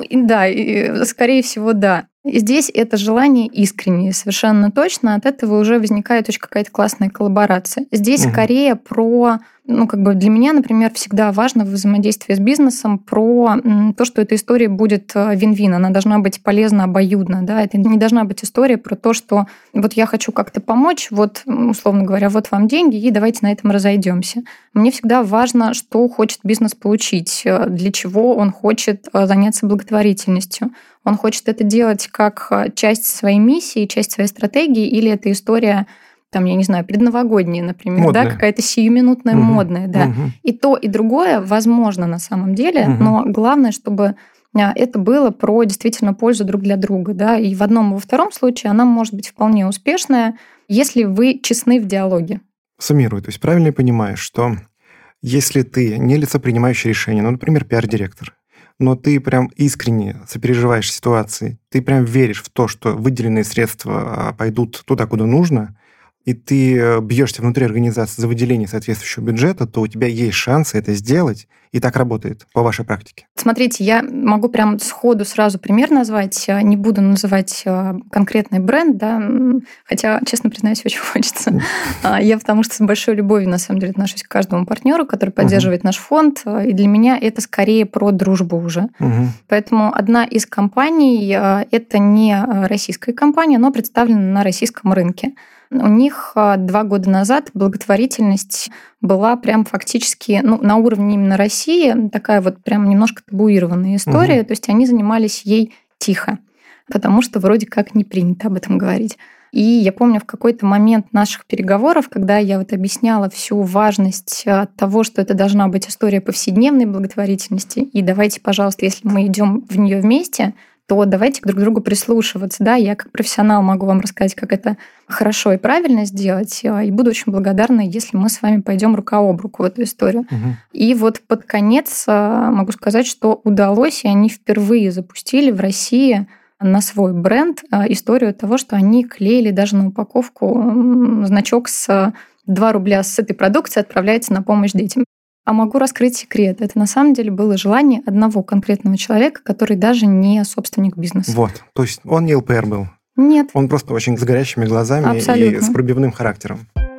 Да, скорее всего, да. И здесь это желание искреннее, совершенно точно. От этого уже возникает очень какая-то классная коллаборация. Здесь скорее про... для меня, например, всегда важно в взаимодействии с бизнесом про то, что эта история будет вин-вин. Она должна быть полезна обоюдно. Да? Это не должна быть история про то, что я хочу как-то помочь, условно говоря, вам деньги, и давайте на этом разойдемся. Мне всегда важно, что хочет бизнес получить, для чего он хочет заняться благотворительностью. Он хочет это делать как часть своей миссии, часть своей стратегии, или это история, я не знаю, предновогодняя, например, модная. Да, какая-то сиюминутная, модная, да. И то, и другое возможно на самом деле, но главное, чтобы это было про действительно пользу друг для друга, да, и в одном и во втором случае она может быть вполне успешная, Если вы честны в диалоге. Суммирую, то есть правильно я понимаю, что если ты не лицо, принимающее решение, ну, например, пиар-директор, но ты прям искренне сопереживаешь ситуации, ты прям веришь в то, что выделенные средства пойдут туда, куда нужно, и ты бьешься внутри организации за выделение соответствующего бюджета, то у тебя есть шансы это сделать, и так работает по вашей практике. Смотрите, я могу прям сходу сразу пример назвать, не буду называть конкретный бренд, да, хотя, честно признаюсь, очень хочется. Я потому что с большой любовью, на самом деле, отношусь к каждому партнеру, который поддерживает наш фонд, и для меня это скорее про дружбу уже. Поэтому одна из компаний, это не российская компания, но представлена на российском рынке. У них 2 года назад благотворительность была прям фактически на уровне именно России, такая вот прям немножко табуированная история. То есть они занимались ей тихо, потому что вроде как не принято об этом говорить. И я помню в какой-то момент наших переговоров, когда я вот объясняла всю важность того, что это должна быть история повседневной благотворительности, и давайте, пожалуйста, если мы идем в нее вместе, то давайте друг к другу прислушиваться. Да? Я как профессионал могу вам рассказать, как это хорошо и правильно сделать, и буду очень благодарна, если мы с вами пойдем рука об руку в эту историю. И вот под конец могу сказать, что удалось, и они впервые запустили в России на свой бренд историю того, что они клеили даже на упаковку значок с 2 рубля с этой продукции отправляется на помощь детям. А могу раскрыть секрет. Это на самом деле было желание одного конкретного человека, который даже не собственник бизнеса. Вот. То есть он не ЛПР был? Нет. Он просто очень с горящими глазами Абсолютно. И с пробивным характером.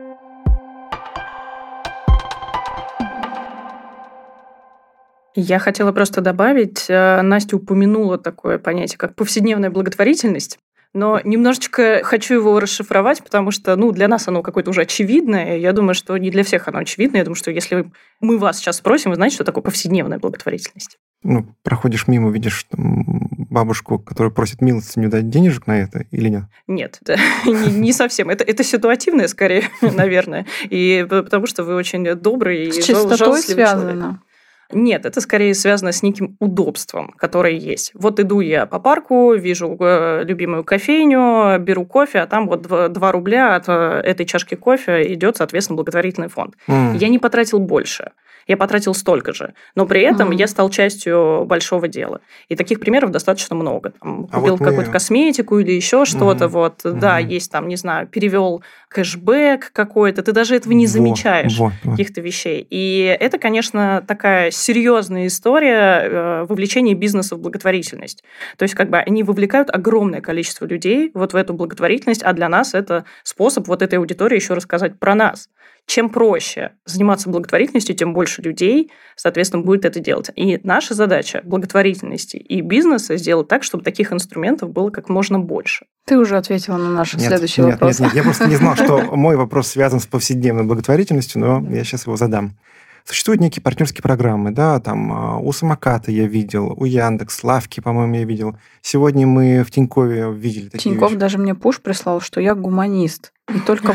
Я хотела просто добавить, Настя упомянула такое понятие, как повседневная благотворительность. Но немножечко хочу его расшифровать, потому что для нас оно какое-то уже очевидное. Я думаю, что не для всех оно очевидно. Я думаю, что если мы вас сейчас спросим, вы знаете, что такое повседневная благотворительность? Проходишь мимо, видишь бабушку, которая просит милостыню, дать денежек на это или нет? Нет, не совсем. Это ситуативное, скорее, наверное. И потому что вы очень добрый и жалостливый человек. связано. Нет, это скорее связано с неким удобством, которое есть. Вот иду я по парку, вижу любимую кофейню, беру кофе, а там вот 2 рубля от этой чашки кофе идет, соответственно, благотворительный фонд. Я не потратил больше. Я потратил столько же, но при этом я стал частью большого дела. И таких примеров достаточно много. Купил какую-то косметику или еще что-то. Да, есть там, не знаю, перевел кэшбэк какой-то. Ты даже этого не замечаешь, каких-то вещей. И это, конечно, такая серьезная история вовлечения бизнеса в благотворительность. То есть они вовлекают огромное количество людей вот в эту благотворительность, а для нас это способ вот этой аудитории еще рассказать про нас. Чем проще заниматься благотворительностью, тем больше людей, соответственно, будет это делать. И наша задача благотворительности и бизнеса сделать так, чтобы таких инструментов было как можно больше. Ты уже ответила на наш следующий вопрос. Нет, я просто не знал, что мой вопрос связан с повседневной благотворительностью, но я сейчас его задам. Существуют некие партнерские программы, да, там у Самоката я видел, у Яндекс, Лавки, по-моему, я видел. Сегодня мы в Тинькове видели такие Тинькофф вещи. даже мне пуш прислал, что я гуманист. И только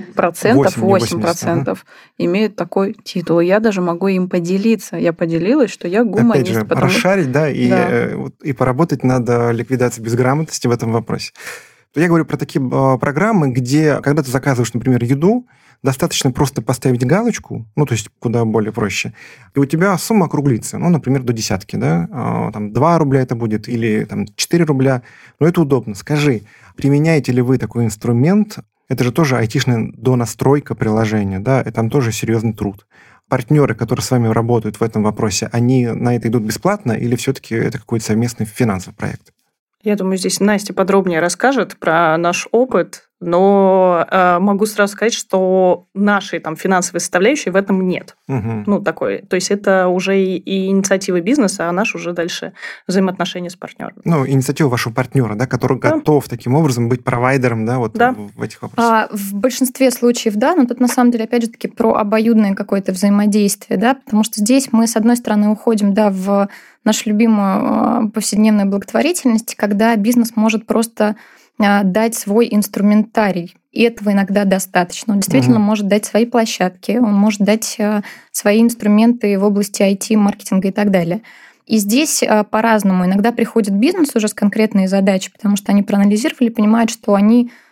8% имеют такой титул. Я даже могу им поделиться. Я поделилась, что я гуманист. Опять же, расшарить, да, и поработать над ликвидацией безграмотности в этом вопросе. Я говорю про такие программы, где, когда ты заказываешь, например, еду, достаточно просто поставить галочку, то есть куда более проще, и у тебя сумма округлится, например, до 10, да, там 2 рубля это будет, или там 4 рубля, но это удобно. Скажи, применяете ли вы такой инструмент? Это же тоже айтишная донастройка приложения, да, и там тоже серьезный труд. Партнеры, которые с вами работают в этом вопросе, они на это идут бесплатно или все-таки это какой-то совместный финансовый проект? Я думаю, здесь Настя подробнее расскажет про наш опыт, но могу сразу сказать, что нашей финансовой составляющей в этом нет. Такой. То есть это уже и инициатива бизнеса, а наш уже дальше взаимоотношения с партнером. Инициатива вашего партнера, да, который готов таким образом быть провайдером, да, в этих вопросах. В большинстве случаев, да, но тут на самом деле, опять же таки, про обоюдное какое-то взаимодействие, да, потому что здесь мы, с одной стороны, уходим, да, в нашу любимую повседневную благотворительность, когда бизнес может просто дать свой инструментарий. И этого иногда достаточно. Он действительно может дать свои площадки, он может дать свои инструменты в области IT, маркетинга и так далее. И здесь по-разному. Иногда приходит бизнес уже с конкретной задачей, потому что они проанализировали, понимают, что они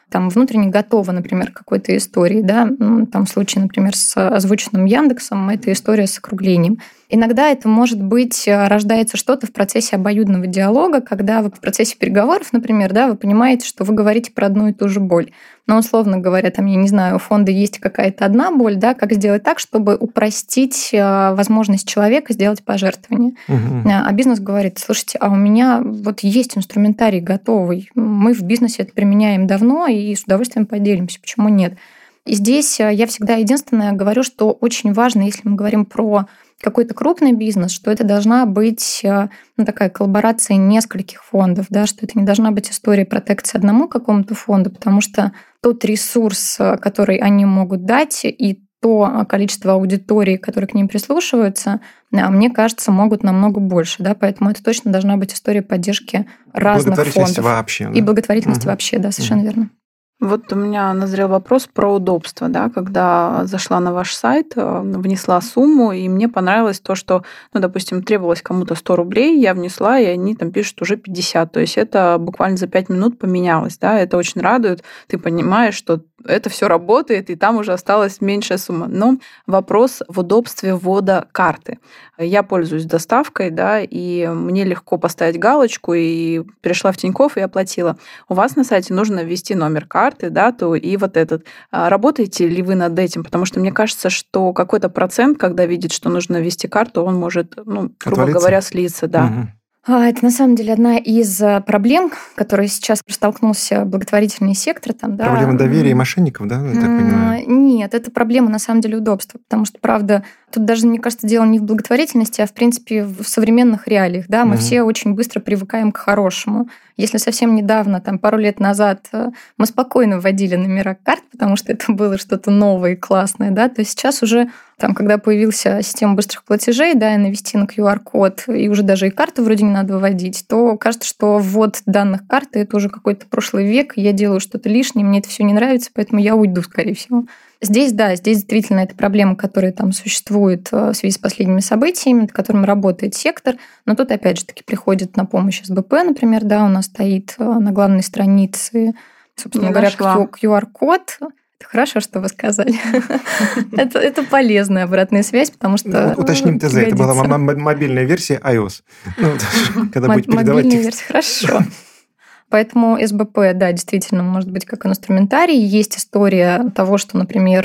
там внутренне готова, например, к какой-то истории, да, там в случае, например, с озвученным Яндексом, это история с округлением. Иногда это может быть, рождается что-то в процессе обоюдного диалога, когда вы в процессе переговоров, например, да, вы понимаете, что вы говорите про одну и ту же боль. Но, условно говоря, там, я не знаю, у фонда есть какая-то одна боль, да, как сделать так, чтобы упростить возможность человека сделать пожертвование. А бизнес говорит, слушайте, а у меня вот есть инструментарий готовый, мы в бизнесе это применяем давно и с удовольствием поделимся, почему нет? И здесь я всегда единственное говорю, что очень важно, если мы говорим про какой-то крупный бизнес, что это должна быть такая коллаборация нескольких фондов, да, что это не должна быть история протекции одному какому-то фонду, потому что тот ресурс, который они могут дать, и то количество аудитории, которые к ним прислушиваются, мне кажется, могут намного больше. Да? Поэтому это точно должна быть история поддержки разных фондов. Вообще, да? И благотворительности вообще, да, совершенно верно. Вот у меня назрел вопрос про удобство, да, когда зашла на ваш сайт, внесла сумму, и мне понравилось то, что, допустим, требовалось кому-то 100 рублей, я внесла, и они там пишут уже 50, то есть это буквально за 5 минут поменялось, да, это очень радует, ты понимаешь, что это все работает, и там уже осталась меньшая сумма. Но вопрос в удобстве ввода карты. Я пользуюсь доставкой, да, и мне легко поставить галочку, и перешла в Тинькофф и оплатила. У вас на сайте нужно ввести номер карты, дату и вот этот. Работаете ли вы над этим? Потому что мне кажется, что какой-то процент, когда видит, что нужно ввести карту, он может, грубо говоря, слиться, да. Это на самом деле одна из проблем, которой сейчас столкнулся благотворительный сектор. Проблема доверия и мошенников, да, я так понимаю? Нет, это проблема на самом деле удобства, потому что, правда, тут даже, мне кажется, дело не в благотворительности, а в принципе в современных реалиях. Да, мы все очень быстро привыкаем к хорошему. Если совсем недавно, пару лет назад, мы спокойно вводили номера карт, потому что это было что-то новое и классное, да, то сейчас уже, когда появилась система быстрых платежей, да, и навести на QR-код, и уже даже и карту вроде не надо вводить, то кажется, что ввод данных карты — это уже какой-то прошлый век, я делаю что-то лишнее, мне это все не нравится, поэтому я уйду, скорее всего. Здесь действительно это проблема, которая существует в связи с последними событиями, над которыми работает сектор. Но тут, опять же таки, приходит на помощь СБП, например, да, у нас стоит на главной странице, собственно говоря, QR-код. Это хорошо, что вы сказали. Это полезная обратная связь, потому что... Уточним ТЗ, это была мобильная версия iOS. Когда будете передавать текст. Мобильная версия, хорошо. Поэтому СБП, да, действительно, может быть как инструментарий. Есть история того, что, например,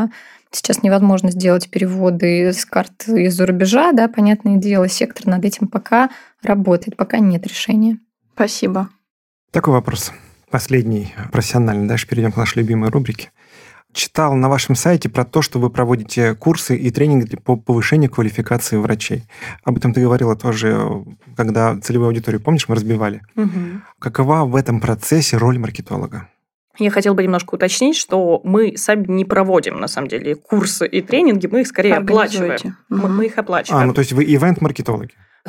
сейчас невозможно сделать переводы с карт из-за рубежа, да, понятное дело, сектор над этим пока работает, пока нет решения. Спасибо. Такой вопрос. Последний, профессиональный. Дальше перейдем к нашей любимой рубрике. Читал на вашем сайте про то, что вы проводите курсы и тренинги по повышению квалификации врачей. Об этом ты говорила тоже, когда целевую аудиторию, помнишь, мы разбивали. Какова в этом процессе роль маркетолога? Я хотела бы немножко уточнить, что мы сами не проводим, на самом деле, курсы и тренинги, мы их скорее оплачиваем. Мы их оплачиваем. То есть вы ивент-маркетологи?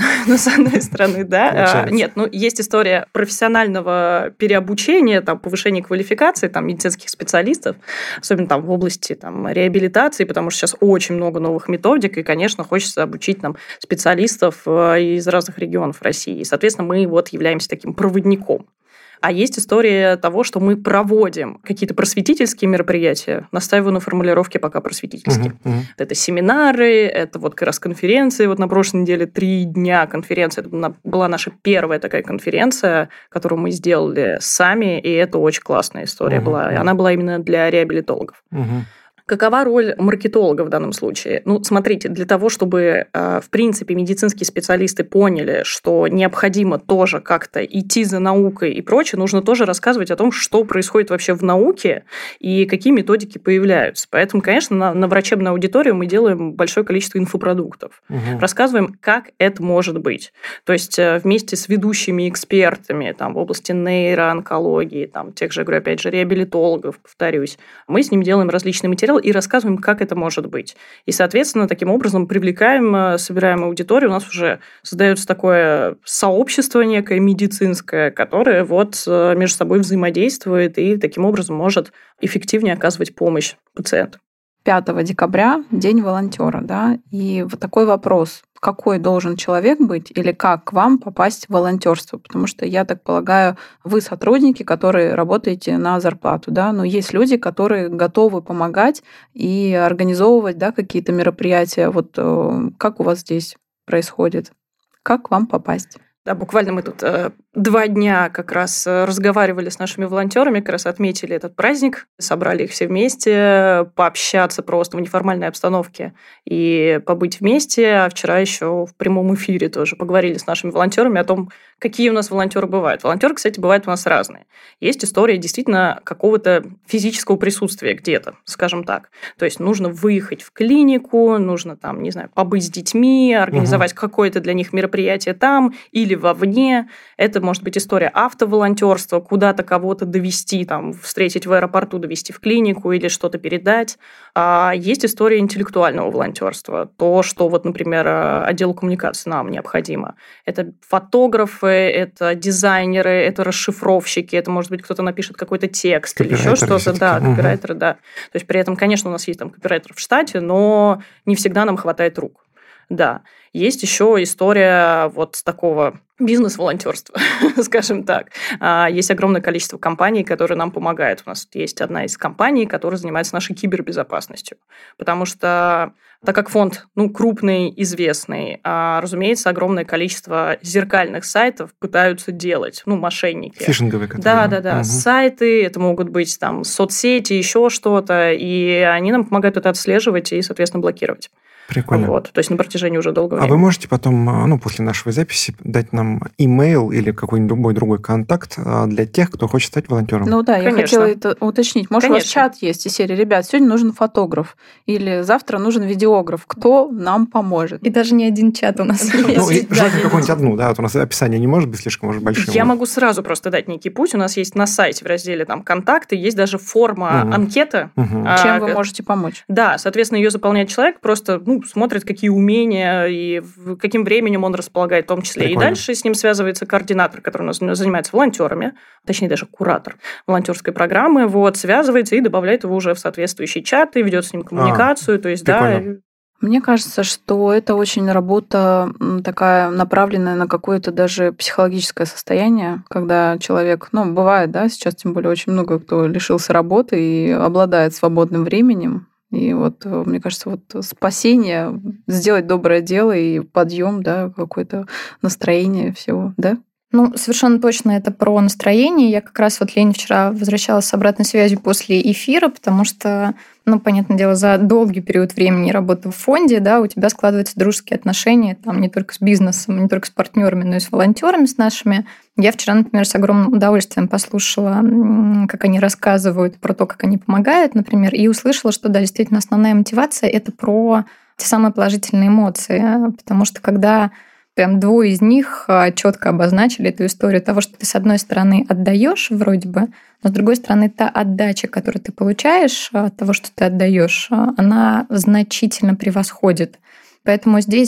С одной стороны, да. Нет, есть история профессионального переобучения, повышения квалификации медицинских специалистов, особенно в области реабилитации, потому что сейчас очень много новых методик, и, конечно, хочется обучить специалистов из разных регионов России. И, соответственно, мы являемся таким проводником. А есть история того, что мы проводим какие-то просветительские мероприятия, настаиваю на формулировке пока просветительские. Это семинары, это как раз конференции. На прошлой неделе 3 дня конференции. Это была наша первая такая конференция, которую мы сделали сами, и это очень классная история была. И она была именно для реабилитологов. Какова роль маркетолога в данном случае? Смотрите, для того, чтобы, в принципе, медицинские специалисты поняли, что необходимо тоже как-то идти за наукой и прочее, нужно тоже рассказывать о том, что происходит вообще в науке и какие методики появляются. Поэтому, конечно, на врачебную аудиторию мы делаем большое количество инфопродуктов. Рассказываем, как это может быть. То есть вместе с ведущими экспертами в области нейроонкологии, тех же, говорю, опять же, реабилитологов, повторюсь, мы с ними делаем различные материалы и рассказываем, как это может быть. И, соответственно, таким образом привлекаем, собираем аудиторию. У нас уже создается такое сообщество некое медицинское, которое между собой взаимодействует и таким образом может эффективнее оказывать помощь пациенту. 5 декабря День волонтера, да, и вот такой вопрос. Какой должен человек быть или как к вам попасть в волонтерство? Потому что, я так полагаю, вы сотрудники, которые работаете на зарплату, да, но есть люди, которые готовы помогать и организовывать, да, какие-то мероприятия. Вот как у вас здесь происходит? Как к вам попасть? Да, буквально мы тут 2 дня как раз разговаривали с нашими волонтерами, как раз отметили этот праздник, собрали их все вместе, пообщаться просто в неформальной обстановке и побыть вместе. А вчера еще в прямом эфире тоже поговорили с нашими волонтерами о том, какие у нас волонтеры бывают. Волонтеры, кстати, бывают у нас разные. Есть история действительно какого-то физического присутствия где-то, скажем так. То есть нужно выехать в клинику, нужно там, не знаю, побыть с детьми, организовать какое-то для них мероприятие там или вовне. Это может быть история автоволонтерства, куда-то кого-то довести, там, встретить в аэропорту, довести в клинику или что-то передать. А есть история интеллектуального волонтерства. То, что, вот, например, отделу коммуникации нам необходимо. Это фотографы, это дизайнеры, это расшифровщики, это, может быть, кто-то напишет какой-то текст или еще что-то. Да, копирайтеры, да. То есть при этом, конечно, у нас есть там копирайтер в штате, но не всегда нам хватает рук. Да. Есть еще история вот такого бизнес-волонтерства, скажем так. Есть огромное количество компаний, которые нам помогают. У нас есть одна из компаний, которая занимается нашей кибербезопасностью. Потому что, так как фонд крупный, известный, разумеется, огромное количество зеркальных сайтов пытаются делать, мошенники. Фишинговые, которые. Да. Сайты, это могут быть там соцсети, еще что-то, и они нам помогают это отслеживать и, соответственно, блокировать. Прикольно. Вот, то есть на протяжении уже долгого времени. А вы можете потом, после нашей записи, дать нам имейл или какой-нибудь любой другой контакт для тех, кто хочет стать волонтером? Ну да, Конечно. Я хотела это уточнить. Может, у вас чат есть из серии: ребят, сегодня нужен фотограф или завтра нужен видеограф. Кто нам поможет? И даже не один чат у нас есть. Желательно какую-нибудь одну, да, вот у нас описание не может быть слишком уже большим. Я могу сразу просто дать некий путь. У нас есть на сайте в разделе там «Контакты», есть даже форма анкета. Чем вы можете помочь? Да, соответственно, ее заполняет человек, просто смотрит, какие умения и каким временем он располагает в том числе. Прикольно. И дальше с ним связывается координатор, который у нас занимается волонтерами, точнее даже куратор волонтерской программы, связывается и добавляет его уже в соответствующий чат и ведет с ним коммуникацию. То есть, прикольно. да. Мне кажется, что это очень работа такая направленная на какое-то даже психологическое состояние, когда человек, бывает, да, сейчас тем более очень много кто лишился работы и обладает свободным временем. И вот, мне кажется, спасение, сделать доброе дело и подъем, да, какое-то настроение всего, да? Совершенно точно это про настроение. Я как раз Лене вчера возвращалась с обратной связью после эфира, потому что, понятное дело, за долгий период времени работы в фонде, да, у тебя складываются дружеские отношения, там, не только с бизнесом, не только с партнерами, но и с волонтерами, с нашими. Я вчера, например, с огромным удовольствием послушала, как они рассказывают про то, как они помогают, например, и услышала, что, да, действительно, основная мотивация — это про те самые положительные эмоции, потому что когда прям 2 из них четко обозначили эту историю того, что ты, с одной стороны, отдаешь вроде бы, но с другой стороны, та отдача, которую ты получаешь от того, что ты отдаешь, она значительно превосходит. Поэтому здесь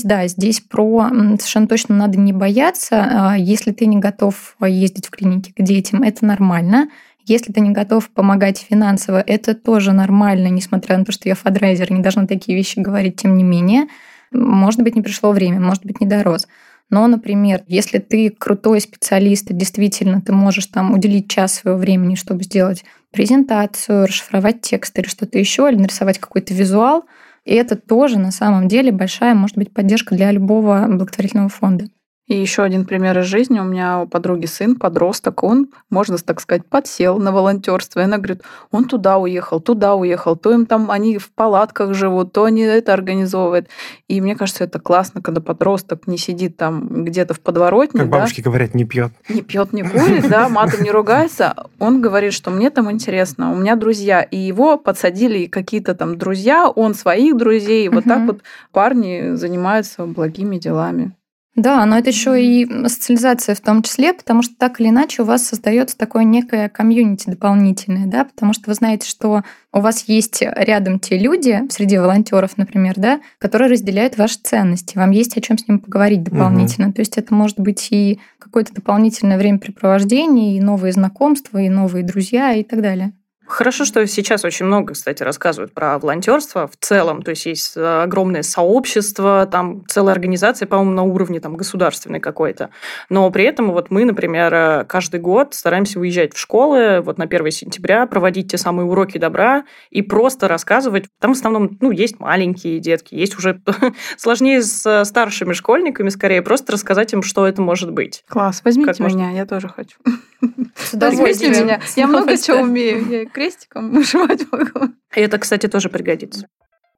про совершенно точно надо не бояться. Если ты не готов ездить в клиники к детям, это нормально. Если ты не готов помогать финансово, это тоже нормально, несмотря на то, что я фандрайзер, не должна такие вещи говорить, тем не менее. Может быть, не пришло время, может быть, не дорос. Но, например, если ты крутой специалист, и действительно ты можешь там уделить час своего времени, чтобы сделать презентацию, расшифровать текст или что-то еще, или нарисовать какой-то визуал, и это тоже на самом деле большая, может быть, поддержка для любого благотворительного фонда. И еще один пример из жизни. У меня у подруги сын, подросток, он, можно так сказать, подсел на волонтерство. И она говорит, он туда уехал, то им там они в палатках живут, то они это организовывают. И мне кажется, это классно, когда подросток не сидит там где-то в подворотне. Как бабушки говорят, не пьет. Не пьет, не курит, да, матом не ругается. Он говорит, что мне там интересно, у меня друзья. И его подсадили какие-то там друзья, он своих друзей. Вот так вот парни занимаются благими делами. Да, но это еще и социализация в том числе, потому что так или иначе у вас создается такое некое комьюнити дополнительное, да, потому что вы знаете, что у вас есть рядом те люди, среди волонтеров, например, да, которые разделяют ваши ценности. Вам есть о чем с ними поговорить дополнительно. То есть это может быть и какое-то дополнительное времяпрепровождение, и новые знакомства, и новые друзья, и так далее. Хорошо, что сейчас очень много, кстати, рассказывают про волонтерство в целом. То есть есть огромное сообщество, там целая организация, по-моему, на уровне там, государственной какой-то. Но при этом вот мы, например, каждый год стараемся выезжать в школы вот на 1 сентября, проводить те самые уроки добра и просто рассказывать. Там в основном есть маленькие детки, есть уже сложнее с старшими школьниками, скорее просто рассказать им, что это может быть. Класс, возьмите меня, я тоже хочу. С удовольствием. Возьмите меня. Я много чего умею. Я крестиком вышивать могу. И это, кстати, тоже пригодится.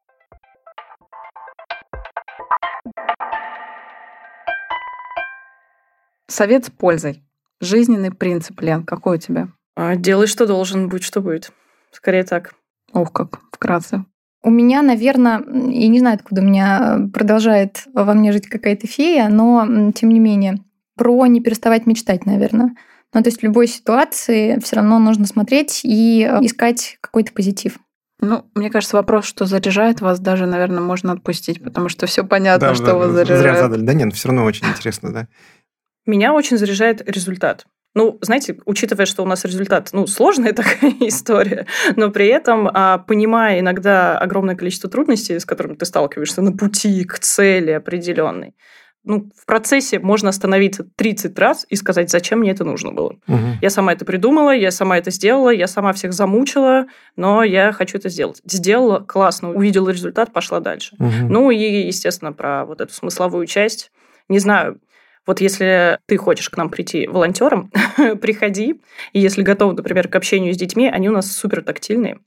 Совет с пользой. Жизненный принцип, Лен, какой у тебя? Делай, что должен, будь, что будет. Скорее так. Ох, как вкратце. У меня, наверное, и не знаю, откуда у меня продолжает во мне жить какая-то фея, но тем не менее, про не переставать мечтать, наверное. Ну, то есть в любой ситуации все равно нужно смотреть и искать какой-то позитив. Ну, мне кажется, вопрос, что заряжает вас, даже, наверное, можно отпустить, потому что все понятно, что вас заряжает. Зря задали. Да нет, все равно очень интересно, да. Меня очень заряжает результат. Ну, знаете, учитывая, что у нас результат, сложная такая история, но при этом, понимая иногда огромное количество трудностей, с которыми ты сталкиваешься на пути к цели определенной, в процессе можно остановиться 30 раз и сказать, зачем мне это нужно было. Угу. Я сама это придумала, я сама это сделала, я сама всех замучила, но я хочу это сделать. Сделала, классно, увидела результат, пошла дальше. Угу. И, естественно, про вот эту смысловую часть. Не знаю, вот если ты хочешь к нам прийти волонтером, приходи. И если готов, например, к общению с детьми, они у нас супер тактильные.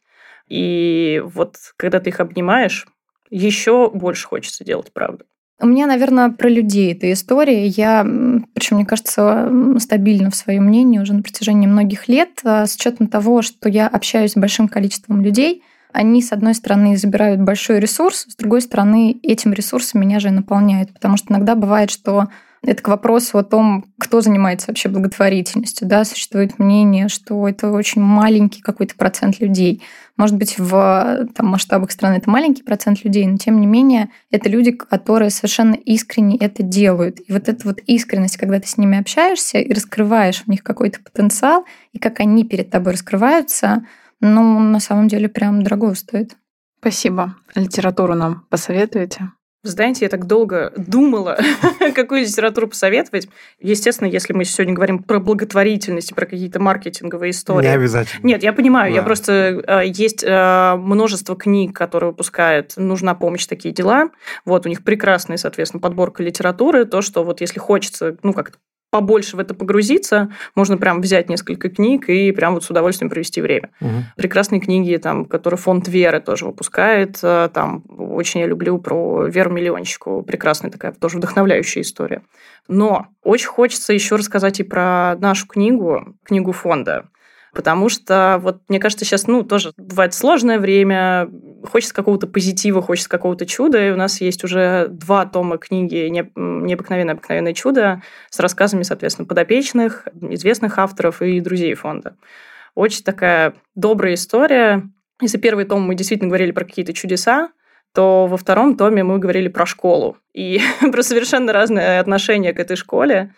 И вот когда ты их обнимаешь, еще больше хочется делать, правда. У меня, наверное, про людей эта история. Я, причем, мне кажется, стабильна в своем мнении уже на протяжении многих лет, с учетом того, что я общаюсь с большим количеством людей. Они, с одной стороны, забирают большой ресурс, с другой стороны, этим ресурсом меня же и наполняют. Потому что иногда бывает, что это к вопросу о том, кто занимается вообще благотворительностью. Да? Существует мнение, что это очень маленький какой-то процент людей. Может быть, в масштабах страны это маленький процент людей, но тем не менее это люди, которые совершенно искренне это делают. И вот эта вот искренность, когда ты с ними общаешься и раскрываешь в них какой-то потенциал, и как они перед тобой раскрываются, на самом деле прям дорого стоит. Спасибо. Литературу нам посоветуете? Знаете, я так долго думала, какую литературу посоветовать. Естественно, если мы сегодня говорим про благотворительность, про какие-то маркетинговые истории. Не обязательно. Нет, я понимаю. Да. Я просто... Есть множество книг, которые выпускают «Нужна помощь. Такие дела». Вот, у них прекрасная, соответственно, подборка литературы. То, что вот если хочется, как-то побольше в это погрузиться, можно прям взять несколько книг и прям вот с удовольствием провести время. Угу. Прекрасные книги, которые фонд Веры тоже выпускает. Там очень я люблю про Веру Миллионщику. Прекрасная такая тоже вдохновляющая история. Но очень хочется еще рассказать и про нашу книгу фонда. Потому что, вот, мне кажется, сейчас, тоже бывает сложное время, хочется какого-то позитива, хочется какого-то чуда, и у нас есть уже 2 тома книги «Необыкновенное чудо» с рассказами, соответственно, подопечных, известных авторов и друзей фонда. Очень такая добрая история. Если первый том мы действительно говорили про какие-то чудеса, то во 2 томе мы говорили про школу и про совершенно разные отношения к этой школе.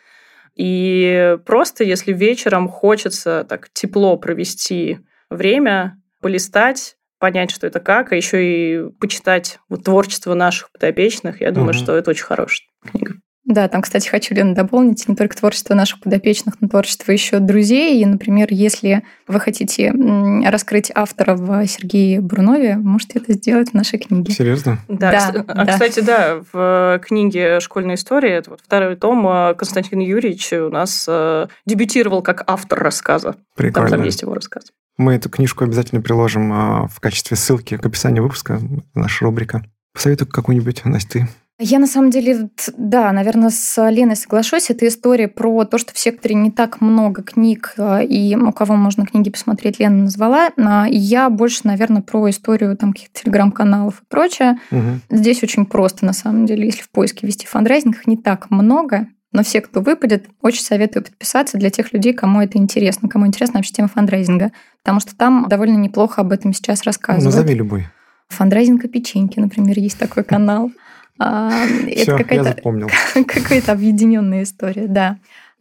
И просто, если вечером хочется так тепло провести время, полистать, понять, что это как, а еще и почитать творчество наших подопечных, я думаю, что это очень хорошая книга. Да, там, кстати, хочу, Лена, дополнить не только творчество наших подопечных, но творчество еще друзей. И, например, если вы хотите раскрыть автора в Сергее Бурунове, можете это сделать в нашей книге. Серьезно? Да. Кстати, да, в книге «Школьная история», это 2 том, Константин Юрьевич у нас дебютировал как автор рассказа. Прикольно. Там есть его рассказ. Мы эту книжку обязательно приложим в качестве ссылки к описанию выпуска, наша рубрика. Посоветуй какую-нибудь, Настя, ты. Я, на самом деле, да, наверное, с Леной соглашусь. Это история про то, что в секторе не так много книг, и у кого можно книги посмотреть, Лена назвала. Я больше, наверное, про историю каких-то телеграм-каналов и прочее. Угу. Здесь очень просто, на самом деле. Если в поиске вести фандрайзинг, их не так много, но все, кто выпадет, очень советую подписаться для тех людей, кому это интересно, кому интересна вообще тема фандрайзинга, потому что там довольно неплохо об этом сейчас рассказывают. Назови любой. Фандрайзинг о печеньке, например, есть такой канал. Все, Это я запомнил. какая-то объединенная история, да.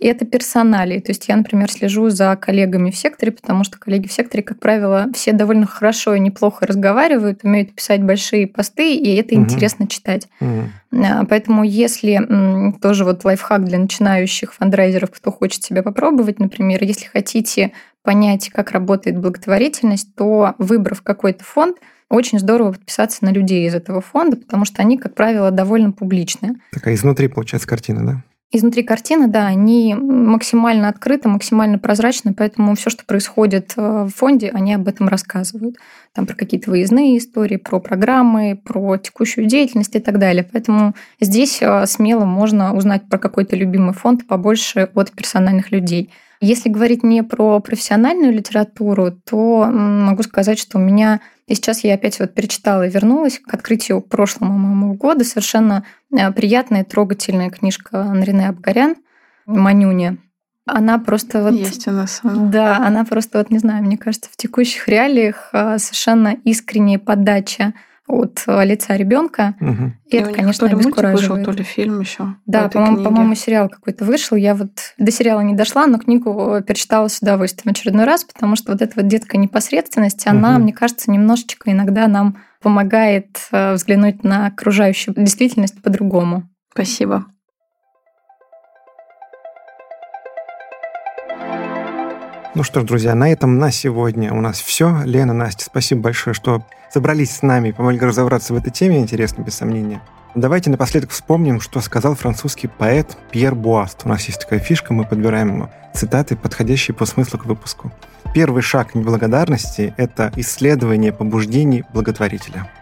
И это персоналии. То есть я, например, слежу за коллегами в секторе, потому что коллеги в секторе, как правило, все довольно хорошо и неплохо разговаривают, умеют писать большие посты, и это интересно читать. Поэтому если тоже вот лайфхак для начинающих фандрайзеров, кто хочет себя попробовать, например, если хотите понять, как работает благотворительность, то, выбрав какой-то фонд, очень здорово подписаться на людей из этого фонда, потому что они, как правило, довольно публичные. Такая изнутри, получается, картина, да? Изнутри картины, да, они максимально открыты, максимально прозрачны, поэтому все, что происходит в фонде, они об этом рассказывают. Там про какие-то выездные истории, про программы, про текущую деятельность и так далее. Поэтому здесь смело можно узнать про какой-то любимый фонд побольше от персональных людей. Если говорить не про профессиональную литературу, то могу сказать, что у меня... И сейчас я опять вот перечитала и вернулась к открытию прошлого моего года. Совершенно приятная, трогательная книжка Анрине Абгарян «Манюня». Она просто вот... Есть у нас. Да, она просто, вот не знаю, мне кажется, в текущих реалиях совершенно искренняя подача от лица ребенка. И это, конечно, то ли мультик обескураживает. вышел, то ли фильм еще. Да, по-моему, сериал какой-то вышел. Я вот до сериала не дошла, но книгу перечитала с удовольствием очередной раз, потому что вот эта вот детская непосредственность, она, мне кажется, немножечко иногда нам помогает взглянуть на окружающую действительность по-другому. Спасибо. Ну что ж, друзья, на этом на сегодня у нас все. Лена, Настя, спасибо большое, что собрались с нами и помогли разобраться в этой теме, интересно, без сомнения. Давайте напоследок вспомним, что сказал французский поэт Пьер Буаст. У нас есть такая фишка, мы подбираем цитаты, подходящие по смыслу к выпуску. Первый шаг неблагодарности – это исследование побуждений благотворителя.